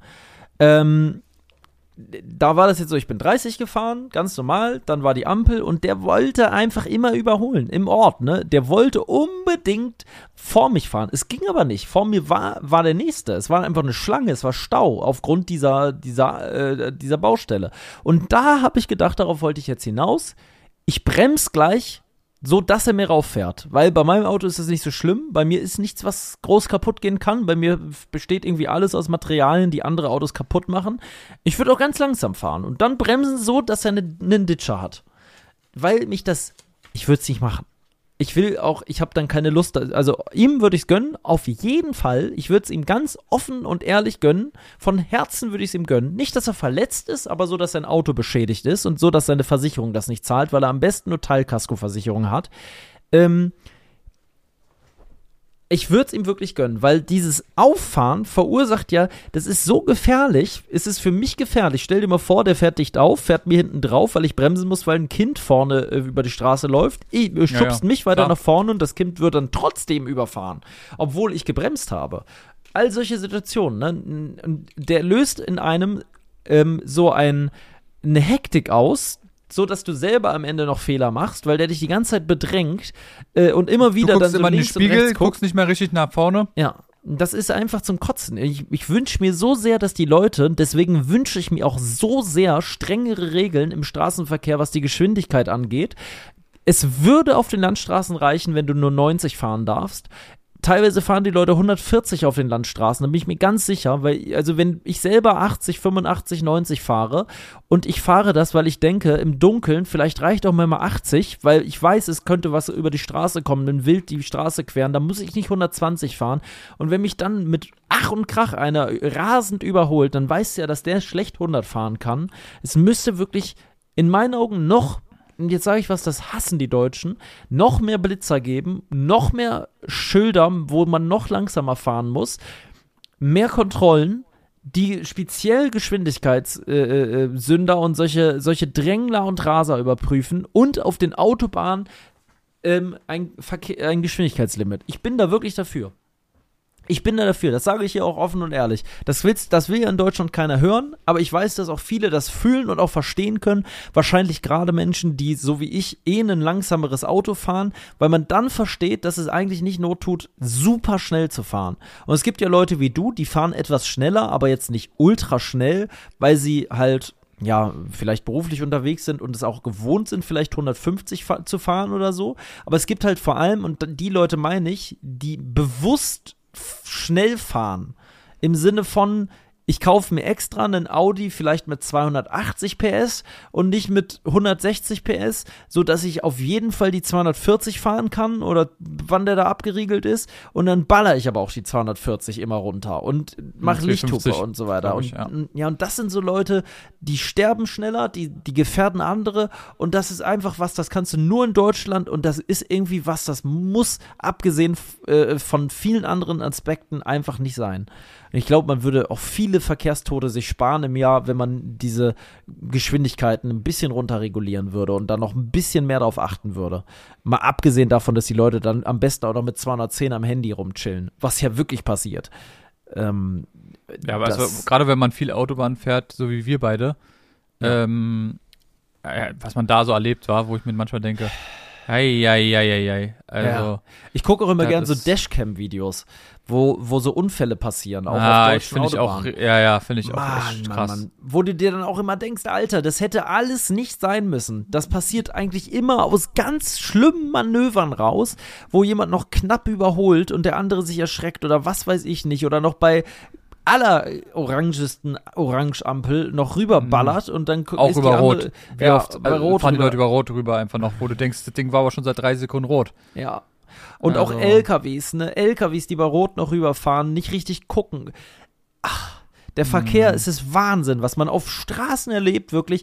[SPEAKER 1] Da war das jetzt so, ich bin 30 gefahren, ganz normal, dann war die Ampel und der wollte einfach immer überholen, im Ort, ne, der wollte unbedingt vor mich fahren, es ging aber nicht, vor mir war der Nächste, es war einfach eine Schlange, es war Stau aufgrund dieser Baustelle und da habe ich gedacht, darauf wollte ich jetzt hinaus, ich bremse gleich, so dass er mir rauffährt, weil bei meinem Auto ist das nicht so schlimm, bei mir ist nichts, was groß kaputt gehen kann, bei mir besteht irgendwie alles aus Materialien, die andere Autos kaputt machen. Ich würde auch ganz langsam fahren und dann bremsen so, dass er einen Ditcher hat, weil ich würde es nicht machen. Ich habe dann keine Lust, also ihm würde ich es gönnen, auf jeden Fall, ich würde es ihm ganz offen und ehrlich gönnen, von Herzen würde ich es ihm gönnen, nicht, dass er verletzt ist, aber so, dass sein Auto beschädigt ist und so, dass seine Versicherung das nicht zahlt, weil er am besten nur Teilkaskoversicherung hat, ich würde es ihm wirklich gönnen, weil dieses Auffahren verursacht ja, das ist so gefährlich, es ist für mich gefährlich. Stell dir mal vor, der fährt dicht auf, fährt mir hinten drauf, weil ich bremsen muss, weil ein Kind vorne über die Straße läuft, schubst mich weiter nach vorne und das Kind wird dann trotzdem überfahren, obwohl ich gebremst habe. all solche Situationen, ne? Und der löst in einem so eine Hektik aus, so dass du selber am Ende noch Fehler machst, weil der dich die ganze Zeit bedrängt und immer wieder dann so
[SPEAKER 2] immer in den
[SPEAKER 1] links und
[SPEAKER 2] Spiegel,
[SPEAKER 1] rechts guckt.
[SPEAKER 2] guckst nicht mehr richtig nach vorne.
[SPEAKER 1] Ja, das ist einfach zum Kotzen. Ich wünsche mir so sehr, dass die Leute, deswegen wünsche ich mir auch so sehr strengere Regeln im Straßenverkehr, was die Geschwindigkeit angeht. Es würde auf den Landstraßen reichen, wenn du nur 90 fahren darfst. Teilweise fahren die Leute 140 auf den Landstraßen, da bin ich mir ganz sicher, weil, also wenn ich selber 80, 85, 90 fahre und ich fahre das, weil ich denke, im Dunkeln, vielleicht reicht auch mal 80, weil ich weiß, es könnte was über die Straße kommen, ein Wild die Straße queren, da muss ich nicht 120 fahren und wenn mich dann mit Ach und Krach einer rasend überholt, dann weißt du ja, dass der schlecht 100 fahren kann. Es müsste wirklich in meinen Augen noch, und jetzt sage ich was, das hassen die Deutschen, noch mehr Blitzer geben, noch mehr Schilder, wo man noch langsamer fahren muss, mehr Kontrollen, die speziell Geschwindigkeitssünder und solche Drängler und Raser überprüfen und auf den Autobahnen ein Geschwindigkeitslimit. Ich bin da wirklich dafür. Das sage ich hier auch offen und ehrlich. Das will ja in Deutschland keiner hören, aber ich weiß, dass auch viele das fühlen und auch verstehen können. Wahrscheinlich gerade Menschen, die, so wie ich, ein langsameres Auto fahren, weil man dann versteht, dass es eigentlich nicht Not tut, super schnell zu fahren. Und es gibt ja Leute wie du, die fahren etwas schneller, aber jetzt nicht ultra schnell, weil sie halt ja, vielleicht beruflich unterwegs sind und es auch gewohnt sind, vielleicht 150 zu fahren oder so. Aber es gibt halt vor allem, und die Leute meine ich, die bewusst schnell fahren, im Sinne von, ich kaufe mir extra einen Audi vielleicht mit 280 PS und nicht mit 160 PS, sodass ich auf jeden Fall die 240 fahren kann oder wann der da abgeriegelt ist und dann baller ich aber auch die 240 immer runter und mache Lichthupe und so weiter. Und das sind so Leute, die sterben schneller, die gefährden andere und das ist einfach was, das kannst du nur in Deutschland und das ist irgendwie was, das muss abgesehen von vielen anderen Aspekten einfach nicht sein. Ich glaube, man würde auch viele Verkehrstote sich sparen im Jahr, wenn man diese Geschwindigkeiten ein bisschen runterregulieren würde und dann noch ein bisschen mehr darauf achten würde. Mal abgesehen davon, dass die Leute dann am besten auch noch mit 210 am Handy rumchillen, was ja wirklich passiert.
[SPEAKER 2] Ja, aber also, gerade wenn man viel Autobahn fährt, so wie wir beide, was man da so erlebt war, wo ich mir manchmal denke, also,
[SPEAKER 1] ja. Ich gucke auch immer gerne so Dashcam-Videos, wo so Unfälle passieren, auch auf deutschen Autobahnen.
[SPEAKER 2] Finde ich auch echt krass. Mann.
[SPEAKER 1] Wo du dir dann auch immer denkst, Alter, das hätte alles nicht sein müssen. Das passiert eigentlich immer aus ganz schlimmen Manövern raus, wo jemand noch knapp überholt und der andere sich erschreckt oder was weiß ich nicht, oder noch bei orangesten Orangeampel noch rüberballert und dann
[SPEAKER 2] auch ist über die Rot.
[SPEAKER 1] Wie oft
[SPEAKER 2] fahren die Leute über Rot rüber einfach noch, wo du denkst, das Ding war aber schon seit 3 Sekunden rot.
[SPEAKER 1] Ja. Und auch LKWs, die bei Rot noch rüberfahren, nicht richtig gucken. Ach, der Verkehr, es ist Wahnsinn, was man auf Straßen erlebt, wirklich.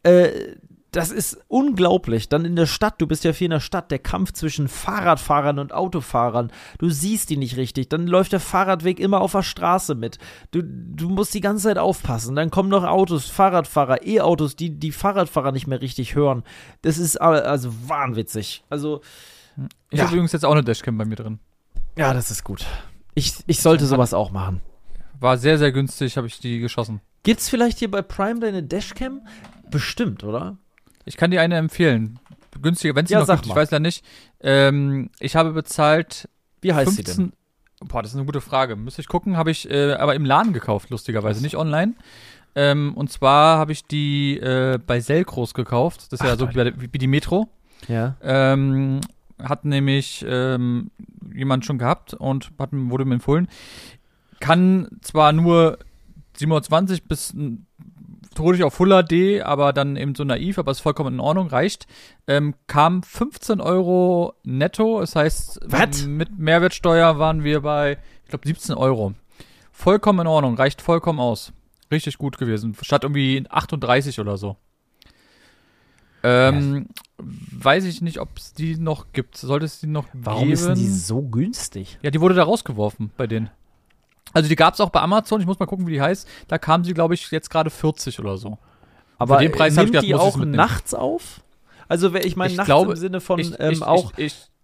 [SPEAKER 1] Das ist unglaublich. Dann in der Stadt, du bist ja viel in der Stadt, der Kampf zwischen Fahrradfahrern und Autofahrern. Du siehst die nicht richtig. Dann läuft der Fahrradweg immer auf der Straße mit. Du musst die ganze Zeit aufpassen. Dann kommen noch Autos, Fahrradfahrer, E-Autos, die Fahrradfahrer nicht mehr richtig hören. Das ist also wahnwitzig. Also
[SPEAKER 2] ich habe übrigens jetzt auch eine Dashcam bei mir drin.
[SPEAKER 1] Ja, das ist gut. Ich sollte sowas auch machen.
[SPEAKER 2] War sehr, sehr günstig, habe ich die geschossen.
[SPEAKER 1] Gibt's vielleicht hier bei Prime deine Dashcam? Bestimmt, oder?
[SPEAKER 2] Ich kann dir eine empfehlen. Günstiger, wenn es noch gibt, ich weiß ja nicht. Ich habe bezahlt.
[SPEAKER 1] Wie heißt sie denn?
[SPEAKER 2] Boah, das ist eine gute Frage. Müsste ich gucken. Habe ich aber im Laden gekauft, lustigerweise, nicht online. Und zwar habe ich die bei Selgros gekauft. Das ist ja so wie die Metro.
[SPEAKER 1] Ja.
[SPEAKER 2] Hat nämlich jemand schon gehabt und wurde mir empfohlen. Kann zwar nur 27 bis hole ich auf Full HD, aber dann eben so naiv, aber ist vollkommen in Ordnung, reicht. Kam 15 € netto, das heißt, mit Mehrwertsteuer waren wir bei, ich glaube, 17 €. Vollkommen in Ordnung, reicht vollkommen aus. Richtig gut gewesen, statt irgendwie 38 oder so. Weiß ich nicht, ob es die noch gibt. Sollte es die noch
[SPEAKER 1] Warum
[SPEAKER 2] geben?
[SPEAKER 1] ist die so günstig?
[SPEAKER 2] Ja, die wurde da rausgeworfen bei denen. Also die gab es auch bei Amazon, ich muss mal gucken, wie die heißt. Da kam sie, glaube ich, jetzt gerade 40 oder so.
[SPEAKER 1] Aber den Preis nimmt die auch nachts auf? Also ich meine nachts im Sinne von auch...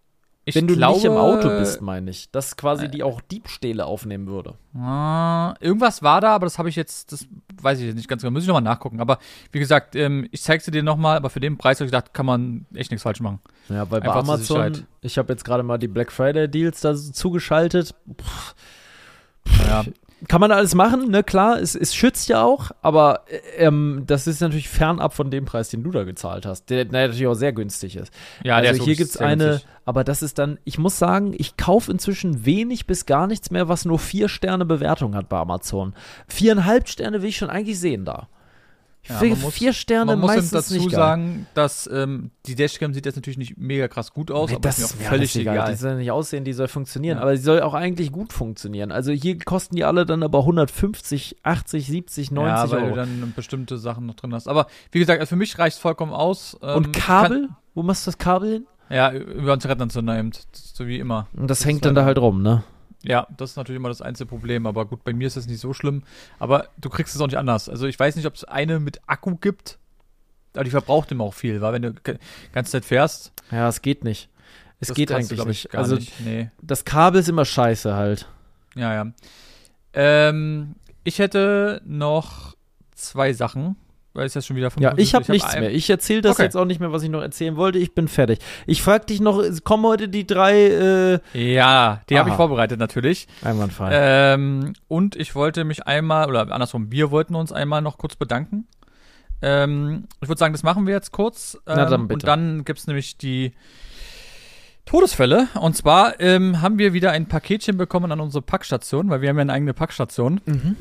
[SPEAKER 1] Wenn du nicht im Auto bist, meine ich. Dass quasi die auch Diebstähle aufnehmen würde.
[SPEAKER 2] Irgendwas war da, aber das habe ich jetzt, das weiß ich jetzt nicht ganz genau. Muss ich nochmal nachgucken. Aber wie gesagt, ich zeig's dir nochmal, aber für den Preis habe ich gedacht, kann man echt nichts falsch machen.
[SPEAKER 1] Ja, weil bei Amazon, ich habe jetzt gerade mal die Black Friday Deals da zugeschaltet.
[SPEAKER 2] Ja.
[SPEAKER 1] Kann man alles machen, ne, klar, es schützt ja auch, aber das ist natürlich fernab von dem Preis, den du da gezahlt hast, der natürlich auch sehr günstig ist.
[SPEAKER 2] Ja,
[SPEAKER 1] also
[SPEAKER 2] der ist
[SPEAKER 1] hier gibt's eine,
[SPEAKER 2] günstig.
[SPEAKER 1] aber das ist dann, ich muss sagen, ich kaufe inzwischen wenig bis gar nichts mehr, was nur 4 Sterne Bewertung hat bei Amazon. 4,5 Sterne will ich schon eigentlich sehen da.
[SPEAKER 2] Ja,
[SPEAKER 1] 4 Sterne meistens
[SPEAKER 2] dazu
[SPEAKER 1] nicht
[SPEAKER 2] sagen, dass die Dashcam sieht jetzt natürlich nicht mega krass gut aus,
[SPEAKER 1] Nee,
[SPEAKER 2] aber
[SPEAKER 1] das
[SPEAKER 2] ist mir
[SPEAKER 1] ist
[SPEAKER 2] auch völlig egal.
[SPEAKER 1] Die soll ja nicht aussehen, die soll funktionieren,
[SPEAKER 2] Ja.
[SPEAKER 1] aber sie soll auch eigentlich gut funktionieren. Also hier kosten die alle dann aber 150, 80, 70, 90
[SPEAKER 2] ja, weil
[SPEAKER 1] Euro.
[SPEAKER 2] du dann bestimmte Sachen noch drin hast. Aber wie gesagt, für mich reicht es vollkommen aus.
[SPEAKER 1] Und Kabel? Wo machst du das Kabel hin?
[SPEAKER 2] Ja, über einen Zigarettenanzünder eben, so wie immer.
[SPEAKER 1] Und das hängt dann da halt rum, ne?
[SPEAKER 2] Ja, das ist natürlich immer das einzige Problem, aber gut, bei mir ist das nicht so schlimm. Aber du kriegst es auch nicht anders. Also ich weiß nicht, ob es eine mit Akku gibt, aber die verbraucht immer auch viel, weil wenn du die ganze Zeit fährst.
[SPEAKER 1] Ja, es geht nicht. Es geht
[SPEAKER 2] kannst du,
[SPEAKER 1] eigentlich
[SPEAKER 2] glaub ich,
[SPEAKER 1] nicht.
[SPEAKER 2] gar
[SPEAKER 1] Also
[SPEAKER 2] nicht. Nee.
[SPEAKER 1] das Kabel ist immer scheiße halt.
[SPEAKER 2] Ja, ja. Ich hätte noch 2 Sachen, weil es jetzt schon wieder 5
[SPEAKER 1] Ja, ich habe nichts mehr. Ich erzähle das
[SPEAKER 2] Okay.
[SPEAKER 1] jetzt auch nicht mehr, was ich noch erzählen wollte. Ich bin fertig. Ich frag dich noch, kommen heute die 3
[SPEAKER 2] Ja, die habe ich
[SPEAKER 1] Aha.
[SPEAKER 2] vorbereitet natürlich.
[SPEAKER 1] Einwandfrei.
[SPEAKER 2] Und ich wollte mich einmal, oder andersrum, wir wollten uns einmal noch kurz bedanken. Ich würde sagen, das machen wir jetzt kurz.
[SPEAKER 1] Na dann bitte.
[SPEAKER 2] Und dann gibt es nämlich die Todesfälle. Und zwar haben wir wieder ein Paketchen bekommen an unsere Packstation, weil wir haben ja eine eigene Packstation.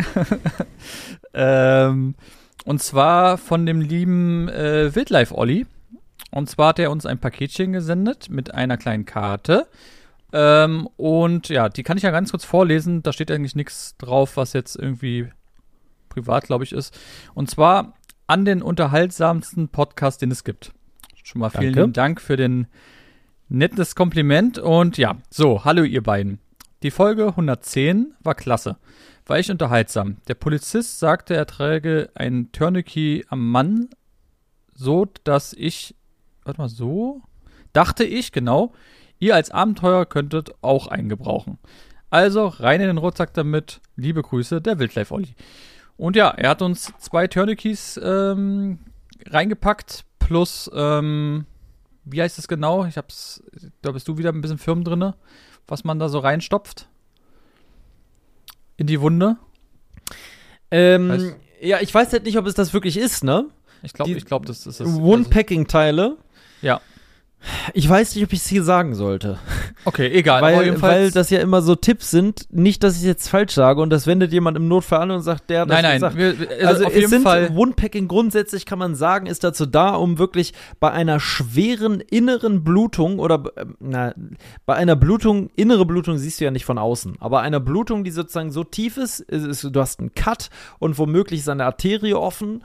[SPEAKER 2] Und zwar von dem lieben Wildlife-Olli. Und zwar hat er uns ein Paketchen gesendet mit einer kleinen Karte. Und ja, die kann ich ja ganz kurz vorlesen. Da steht eigentlich nichts drauf, was jetzt irgendwie privat, glaube ich, ist. Und zwar an den unterhaltsamsten Podcast, den es gibt. Schon mal vielen
[SPEAKER 1] Danke.
[SPEAKER 2] lieben Dank für den nettes Kompliment. Und ja, so, hallo ihr beiden. Die Folge 110 war klasse. War echt unterhaltsam. Der Polizist sagte, er träge ein Tourniquet am Mann, so dass ich, dachte ich, genau, ihr als Abenteurer könntet auch einen gebrauchen. Also rein in den Rucksack damit. Liebe Grüße, der Wildlife-Olli. Und ja, er hat uns 2 Tourniquets reingepackt, plus, wie heißt das genau? Da bist du wieder ein bisschen firm drinne, was man da so reinstopft. In die Wunde.
[SPEAKER 1] Ja, ich weiß halt nicht, ob es das wirklich ist, ne?
[SPEAKER 2] Ich glaube, das ist es.
[SPEAKER 1] One-Packing-Teile.
[SPEAKER 2] Ja.
[SPEAKER 1] Ich weiß nicht, ob ich es hier sagen sollte.
[SPEAKER 2] Okay, egal. aber
[SPEAKER 1] Weil
[SPEAKER 2] jedenfalls,
[SPEAKER 1] das ja immer so Tipps sind. Nicht, dass ich jetzt falsch sage und das wendet jemand im Notfall an und sagt, der hat das
[SPEAKER 2] nein,
[SPEAKER 1] gesagt.
[SPEAKER 2] also auf jeden Fall.
[SPEAKER 1] Wundpacking grundsätzlich kann man sagen, ist dazu da, um wirklich bei einer schweren inneren Blutung oder bei einer Blutung, innere Blutung siehst du ja nicht von außen, aber einer Blutung, die sozusagen so tief ist, du hast einen Cut und womöglich ist eine Arterie offen,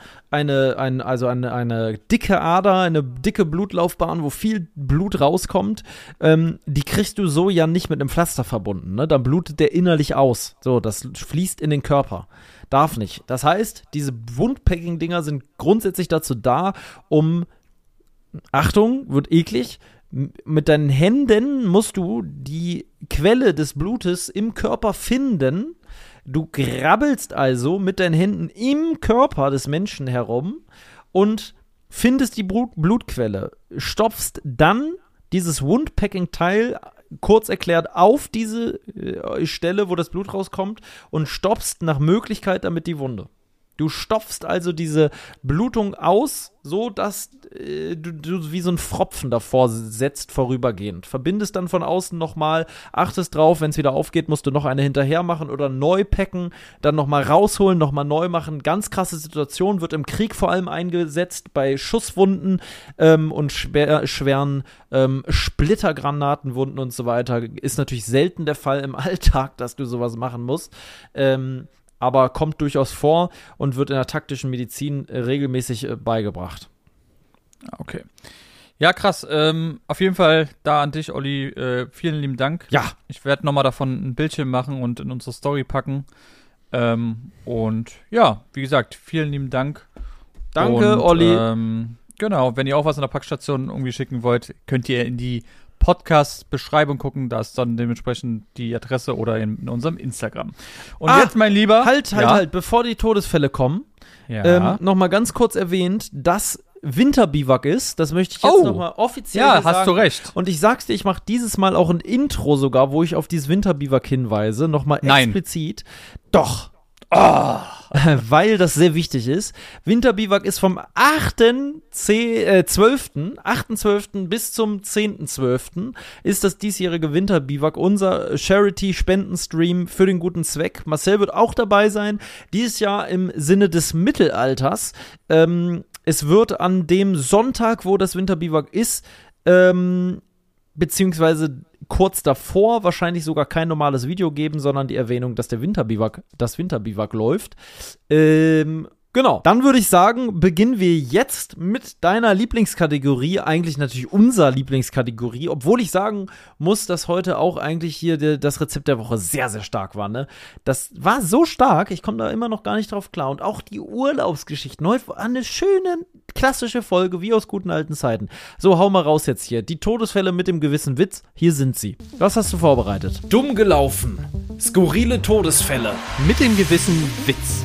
[SPEAKER 1] eine dicke Ader, eine dicke Blutlaufbahn, wo viel Blut rauskommt, die kriegst du so ja nicht mit einem Pflaster verbunden, ne? Dann blutet der innerlich aus. So, das fließt in den Körper. Darf nicht. Das heißt, diese Wundpacking-Dinger sind grundsätzlich dazu da, um, Achtung, wird eklig, mit deinen Händen musst du die Quelle des Blutes im Körper finden. Du grabbelst also mit deinen Händen im Körper des Menschen herum und findest die Blutquelle, stopfst dann dieses Wundpacking-Teil, kurz erklärt, auf diese Stelle, wo das Blut rauskommt und stopfst nach Möglichkeit damit die Wunde. Du stopfst also diese Blutung aus, so dass du wie so ein Pfropfen davor setzt, vorübergehend. Verbindest dann von außen nochmal, achtest drauf, wenn es wieder aufgeht, musst du noch eine hinterher machen oder neu packen, dann nochmal rausholen, nochmal neu machen. Ganz krasse Situation, wird im Krieg vor allem eingesetzt, bei Schusswunden und schweren Splittergranatenwunden und so weiter. Ist natürlich selten der Fall im Alltag, dass du sowas machen musst. Aber kommt durchaus vor und wird in der taktischen Medizin regelmäßig beigebracht.
[SPEAKER 2] Okay. Ja, krass. Auf jeden Fall da an dich, Olli. Vielen lieben Dank.
[SPEAKER 1] Ja.
[SPEAKER 2] Ich werde nochmal davon ein Bildchen machen und in unsere Story packen. Und ja, wie gesagt, vielen lieben Dank.
[SPEAKER 1] Danke,
[SPEAKER 2] und,
[SPEAKER 1] Olli.
[SPEAKER 2] Genau, wenn ihr auch was an der Packstation irgendwie schicken wollt, könnt ihr in die Podcast-Beschreibung gucken, da ist dann dementsprechend die Adresse oder in unserem Instagram. Und jetzt, mein Lieber.
[SPEAKER 1] Halt, bevor die Todesfälle kommen, nochmal ganz kurz erwähnt, dass Winterbiwak ist. Das möchte ich jetzt nochmal offiziell sagen.
[SPEAKER 2] Ja, hast du recht.
[SPEAKER 1] Und ich sag's dir, ich mache dieses Mal auch ein Intro sogar, wo ich auf dieses Winterbiwak hinweise, nochmal explizit. Doch. Weil das sehr wichtig ist. Winterbiwak ist vom 8.12. bis zum 10.12. ist das diesjährige Winterbiwak, unser Charity-Spendenstream für den guten Zweck. Marcel wird auch dabei sein, dieses Jahr im Sinne des Mittelalters. Es wird an dem Sonntag, wo das Winterbiwak ist, beziehungsweise kurz davor wahrscheinlich sogar kein normales Video geben, sondern die Erwähnung, dass das Winterbiwak läuft. Genau. Dann würde ich sagen, beginnen wir jetzt mit deiner Lieblingskategorie, eigentlich natürlich unserer Lieblingskategorie, obwohl ich sagen muss, dass heute auch eigentlich hier das Rezept der Woche sehr, sehr stark war, ne? Das war so stark, ich komme da immer noch gar nicht drauf klar. Und auch die Urlaubsgeschichten, heute war eine schöne, klassische Folge, wie aus guten alten Zeiten. So, hau mal raus jetzt hier. Die Todesfälle mit dem gewissen Witz, hier sind sie. Was hast du vorbereitet?
[SPEAKER 4] Dumm gelaufen. Skurrile Todesfälle.
[SPEAKER 3] Mit dem gewissen Witz.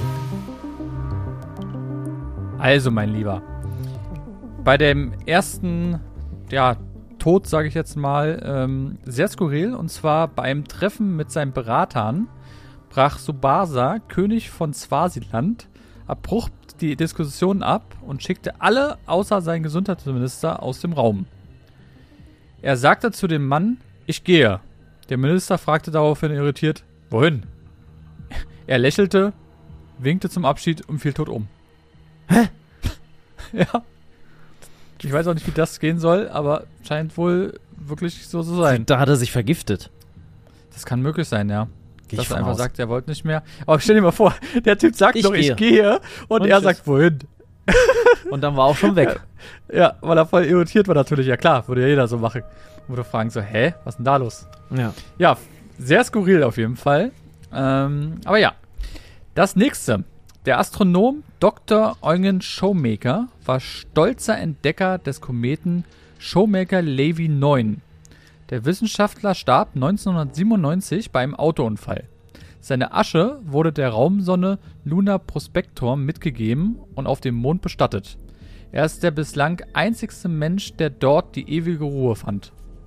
[SPEAKER 2] Also, mein Lieber, bei dem ersten, Tod, sage ich jetzt mal, sehr skurril. Und zwar beim Treffen mit seinen Beratern brach Subasa, König von Swasiland, abrupt die Diskussion ab und schickte alle außer seinen Gesundheitsminister aus dem Raum. Er sagte zu dem Mann, ich gehe. Der Minister fragte daraufhin irritiert, wohin? Er lächelte, winkte zum Abschied und fiel tot um.
[SPEAKER 1] Hä?
[SPEAKER 2] Ja. Ich weiß auch nicht, wie das gehen soll, aber scheint wohl wirklich so zu sein.
[SPEAKER 1] Da hat er sich vergiftet.
[SPEAKER 2] Das kann möglich sein, ja. Dass er einfach
[SPEAKER 1] aus.
[SPEAKER 2] sagt, er wollte nicht mehr. Aber stell dir mal vor, der Typ sagt
[SPEAKER 1] Ich
[SPEAKER 2] doch,
[SPEAKER 1] gehe.
[SPEAKER 2] ich gehe. Und er
[SPEAKER 1] tschüss.
[SPEAKER 2] sagt, wohin?
[SPEAKER 1] Und dann war auch schon weg.
[SPEAKER 2] Ja, weil er voll irritiert war natürlich. Ja klar, würde ja jeder so machen. Würde fragen so, hä, was ist denn da los?
[SPEAKER 1] Ja.
[SPEAKER 2] Ja, sehr skurril auf jeden Fall. Aber ja, das nächste. Der Astronom Dr. Eugen Shoemaker war stolzer Entdecker des Kometen Shoemaker-Levy 9. Der Wissenschaftler starb 1997 bei einem Autounfall. Seine Asche wurde der Raumsonde Lunar Prospector mitgegeben und auf dem Mond bestattet. Er ist der bislang einzigste Mensch, der dort die ewige Ruhe fand.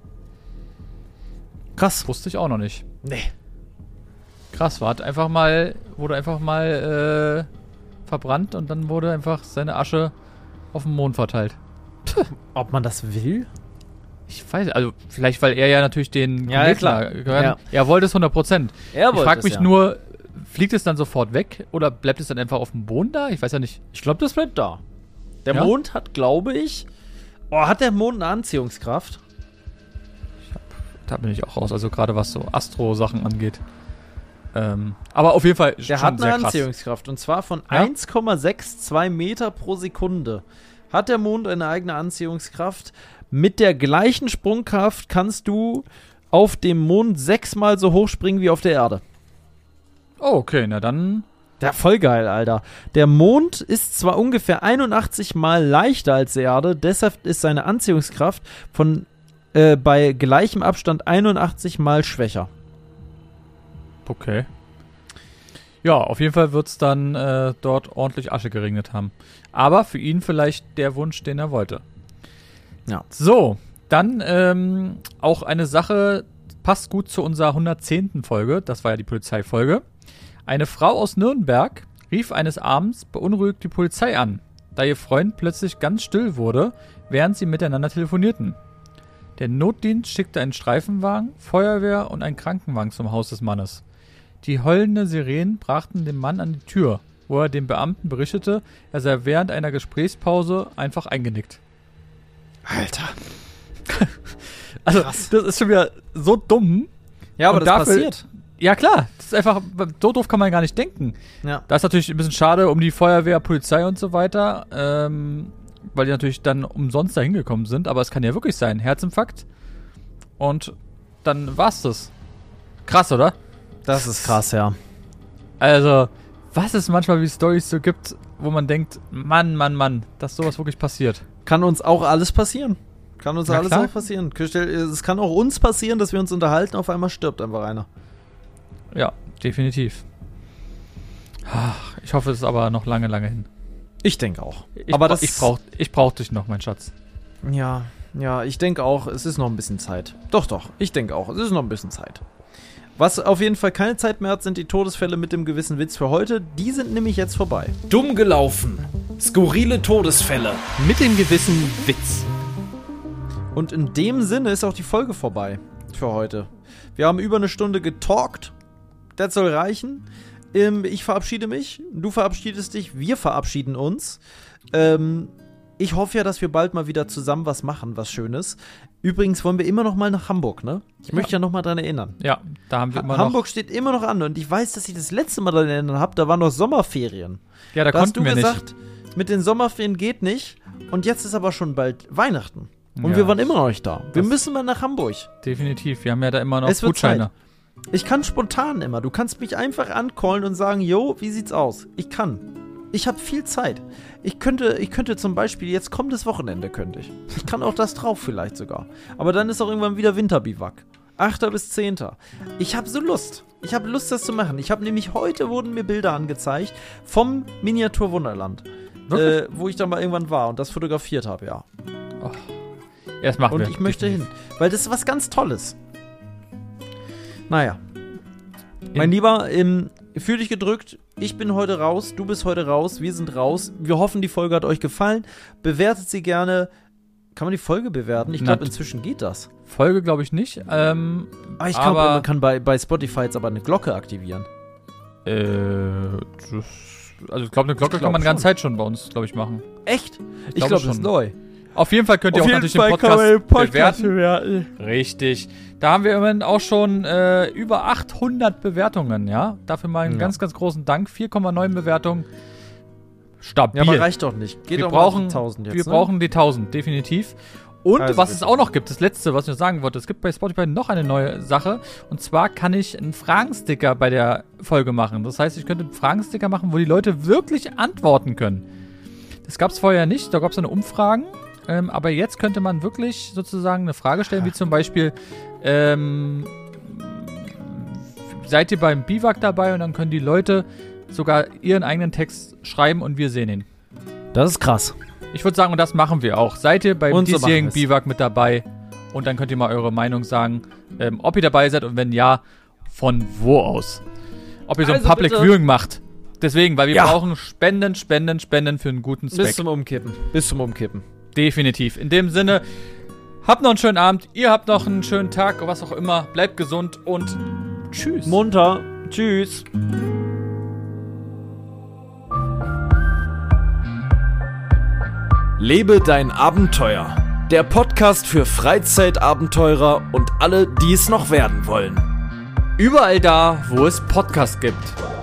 [SPEAKER 1] Krass.
[SPEAKER 2] Wusste ich auch noch nicht.
[SPEAKER 1] Nee.
[SPEAKER 2] Krass, wurde einfach mal verbrannt und dann wurde einfach seine Asche auf dem Mond verteilt.
[SPEAKER 1] Ob man das will?
[SPEAKER 2] Ich weiß, also vielleicht, weil er ja natürlich den
[SPEAKER 1] Ja,
[SPEAKER 2] Kometen
[SPEAKER 1] klar.
[SPEAKER 2] gehört.
[SPEAKER 1] Ja.
[SPEAKER 2] Er wollte es 100%.
[SPEAKER 1] Er
[SPEAKER 2] Ich frage mich nur, fliegt es dann sofort weg oder bleibt es dann einfach auf dem Boden da? Ich weiß ja nicht.
[SPEAKER 1] Ich glaube, das bleibt da. Der
[SPEAKER 2] Ja?
[SPEAKER 1] Mond hat, glaube ich. Hat der Mond eine Anziehungskraft?
[SPEAKER 2] Da bin ich auch raus, also gerade was so Astro-Sachen angeht. Aber auf jeden Fall
[SPEAKER 1] Der
[SPEAKER 2] schon
[SPEAKER 1] hat eine
[SPEAKER 2] sehr krass.
[SPEAKER 1] Anziehungskraft. Und zwar von
[SPEAKER 2] Ja?
[SPEAKER 1] 1,62 Meter pro Sekunde. Hat der Mond eine eigene Anziehungskraft? Mit der gleichen Sprungkraft kannst du auf dem Mond 6-mal so hoch springen wie auf der Erde.
[SPEAKER 2] Oh, okay, na dann.
[SPEAKER 1] Ja, voll geil, Alter. Der Mond ist zwar ungefähr 81 Mal leichter als die Erde, deshalb ist seine Anziehungskraft bei gleichem Abstand 81 Mal schwächer.
[SPEAKER 2] Okay. Ja, auf jeden Fall wird es dann dort ordentlich Asche geregnet haben. Aber für ihn vielleicht der Wunsch, den er wollte.
[SPEAKER 1] Ja.
[SPEAKER 2] So, dann auch eine Sache, passt gut zu unserer 110. Folge. Das war ja die Polizeifolge. Eine Frau aus Nürnberg rief eines Abends beunruhigt die Polizei an, da ihr Freund plötzlich ganz still wurde, während sie miteinander telefonierten. Der Notdienst schickte einen Streifenwagen, Feuerwehr und einen Krankenwagen zum Haus des Mannes. Die heulenden Sirenen brachten den Mann an die Tür, wo er dem Beamten berichtete, er sei während einer Gesprächspause einfach eingenickt.
[SPEAKER 1] Alter.
[SPEAKER 2] Also,
[SPEAKER 1] Krass.
[SPEAKER 2] das ist schon wieder so dumm.
[SPEAKER 1] Ja, aber
[SPEAKER 2] Und
[SPEAKER 1] das
[SPEAKER 2] dafür-
[SPEAKER 1] passiert.
[SPEAKER 2] Ja, klar. Das ist einfach, so doof kann man gar nicht denken.
[SPEAKER 1] Ja.
[SPEAKER 2] Das ist natürlich ein bisschen schade um die Feuerwehr, Polizei und so weiter, weil die natürlich dann umsonst da hingekommen sind. Aber es kann ja wirklich sein. Herzinfarkt. Und dann war's das. Krass, oder?
[SPEAKER 1] Das ist krass, ja.
[SPEAKER 2] Also, was es manchmal wie Storys so gibt, wo man denkt, Mann, dass sowas wirklich passiert.
[SPEAKER 1] Kann uns auch alles passieren. Kann uns alles auch passieren. Es kann auch uns passieren, dass wir uns unterhalten, auf einmal stirbt einfach einer.
[SPEAKER 2] Ja, definitiv. Ich hoffe, es ist aber noch lange, lange hin.
[SPEAKER 1] Ich denke auch.
[SPEAKER 2] Ich brauch dich noch, mein Schatz.
[SPEAKER 1] Ja, ich denke auch, es ist noch ein bisschen Zeit. Doch, ich denke auch, es ist noch ein bisschen Zeit. Was auf jeden Fall keine Zeit mehr hat, sind die Todesfälle mit dem gewissen Witz für heute. Die sind nämlich jetzt vorbei.
[SPEAKER 4] Dumm gelaufen. Skurrile Todesfälle.
[SPEAKER 3] Mit dem gewissen Witz.
[SPEAKER 1] Und in dem Sinne ist auch die Folge vorbei für heute. Wir haben über eine Stunde getalkt. Das soll reichen. Ich verabschiede mich. Du verabschiedest dich. Wir verabschieden uns. Ich hoffe ja, dass wir bald mal wieder zusammen was machen, was Schönes. Übrigens wollen wir immer noch mal nach Hamburg, ne? Ich möchte ja noch mal dran erinnern.
[SPEAKER 2] Ja, da haben wir immer
[SPEAKER 1] Hamburg steht immer noch an. Und ich weiß, dass ich das letzte Mal daran erinnern habe, da waren noch Sommerferien.
[SPEAKER 2] Ja, da konnten wir nicht.
[SPEAKER 1] Hast du gesagt, mit den Sommerferien geht nicht. Und jetzt ist aber schon bald Weihnachten. Und wir waren immer noch nicht da. Wir müssen mal nach Hamburg.
[SPEAKER 2] Definitiv. Wir haben ja da immer noch Gutscheine.
[SPEAKER 1] Ich kann spontan immer. Du kannst mich einfach ancallen und sagen, jo, wie sieht's aus? Ich kann. Ich habe viel Zeit. Ich könnte zum Beispiel, jetzt kommendes Wochenende könnte ich. Ich kann auch das drauf vielleicht sogar. Aber dann ist auch irgendwann wieder Winterbiwak. 8. bis 10. Ich habe so Lust. Ich habe Lust, das zu machen. Ich habe nämlich, heute wurden mir Bilder angezeigt vom Miniaturwunderland. Wo ich dann mal irgendwann war und das fotografiert habe, ja.
[SPEAKER 2] Oh. Das machen wir.
[SPEAKER 1] Und ich möchte hin. Weil das ist was ganz Tolles. Naja. Mein Lieber, fühl dich gedrückt. Ich bin heute raus, du bist heute raus, wir sind raus. Wir hoffen, die Folge hat euch gefallen. Bewertet sie gerne. Kann man die Folge bewerten? Ich glaube, inzwischen geht das.
[SPEAKER 2] Folge glaube ich nicht.
[SPEAKER 1] Ich glaube, man kann bei Spotify jetzt aber eine Glocke aktivieren.
[SPEAKER 2] Also ich glaube, eine Glocke kann man die ganze Zeit schon bei uns, glaube ich, machen.
[SPEAKER 1] Echt? Ich glaube, das ist neu.
[SPEAKER 2] Auf jeden Fall könnt ihr auch natürlich den Podcast bewerten. Richtig. Da haben wir immerhin auch schon über 800 Bewertungen, ja. Dafür mal einen ganz, ganz großen Dank. 4,9 Bewertungen. Stabil.
[SPEAKER 1] Ja, aber reicht doch nicht. Geht
[SPEAKER 2] wir
[SPEAKER 1] doch
[SPEAKER 2] brauchen,
[SPEAKER 1] mal die 1000 jetzt,
[SPEAKER 2] wir brauchen die 1000, definitiv. Und also was es auch noch gibt, das Letzte, was ich noch sagen wollte, es gibt bei Spotify noch eine neue Sache. Und zwar kann ich einen Fragensticker bei der Folge machen. Das heißt, ich könnte einen Fragensticker machen, wo die Leute wirklich antworten können. Das gab es vorher nicht. Da gab es eine Umfragen. Aber jetzt könnte man wirklich sozusagen eine Frage stellen, wie zum Beispiel, seid ihr beim Biwak dabei? Und dann können die Leute sogar ihren eigenen Text schreiben und wir sehen ihn.
[SPEAKER 1] Das ist krass.
[SPEAKER 2] Ich würde sagen, und das machen wir auch. Seid ihr beim diesjährigen Biwak mit dabei? Und dann könnt ihr mal eure Meinung sagen, ob ihr dabei seid und wenn ja, von wo aus? Ob ihr so ein Public Viewing macht. Deswegen, weil wir brauchen Spenden für einen guten Zweck.
[SPEAKER 1] Bis zum Umkippen.
[SPEAKER 2] Definitiv. In dem Sinne, habt noch einen schönen Abend, ihr habt noch einen schönen Tag, was auch immer. Bleibt gesund und tschüss.
[SPEAKER 1] Munter. Tschüss.
[SPEAKER 4] Lebe dein Abenteuer. Der Podcast für Freizeitabenteurer und alle, die es noch werden wollen.
[SPEAKER 2] Überall da, wo es Podcasts gibt.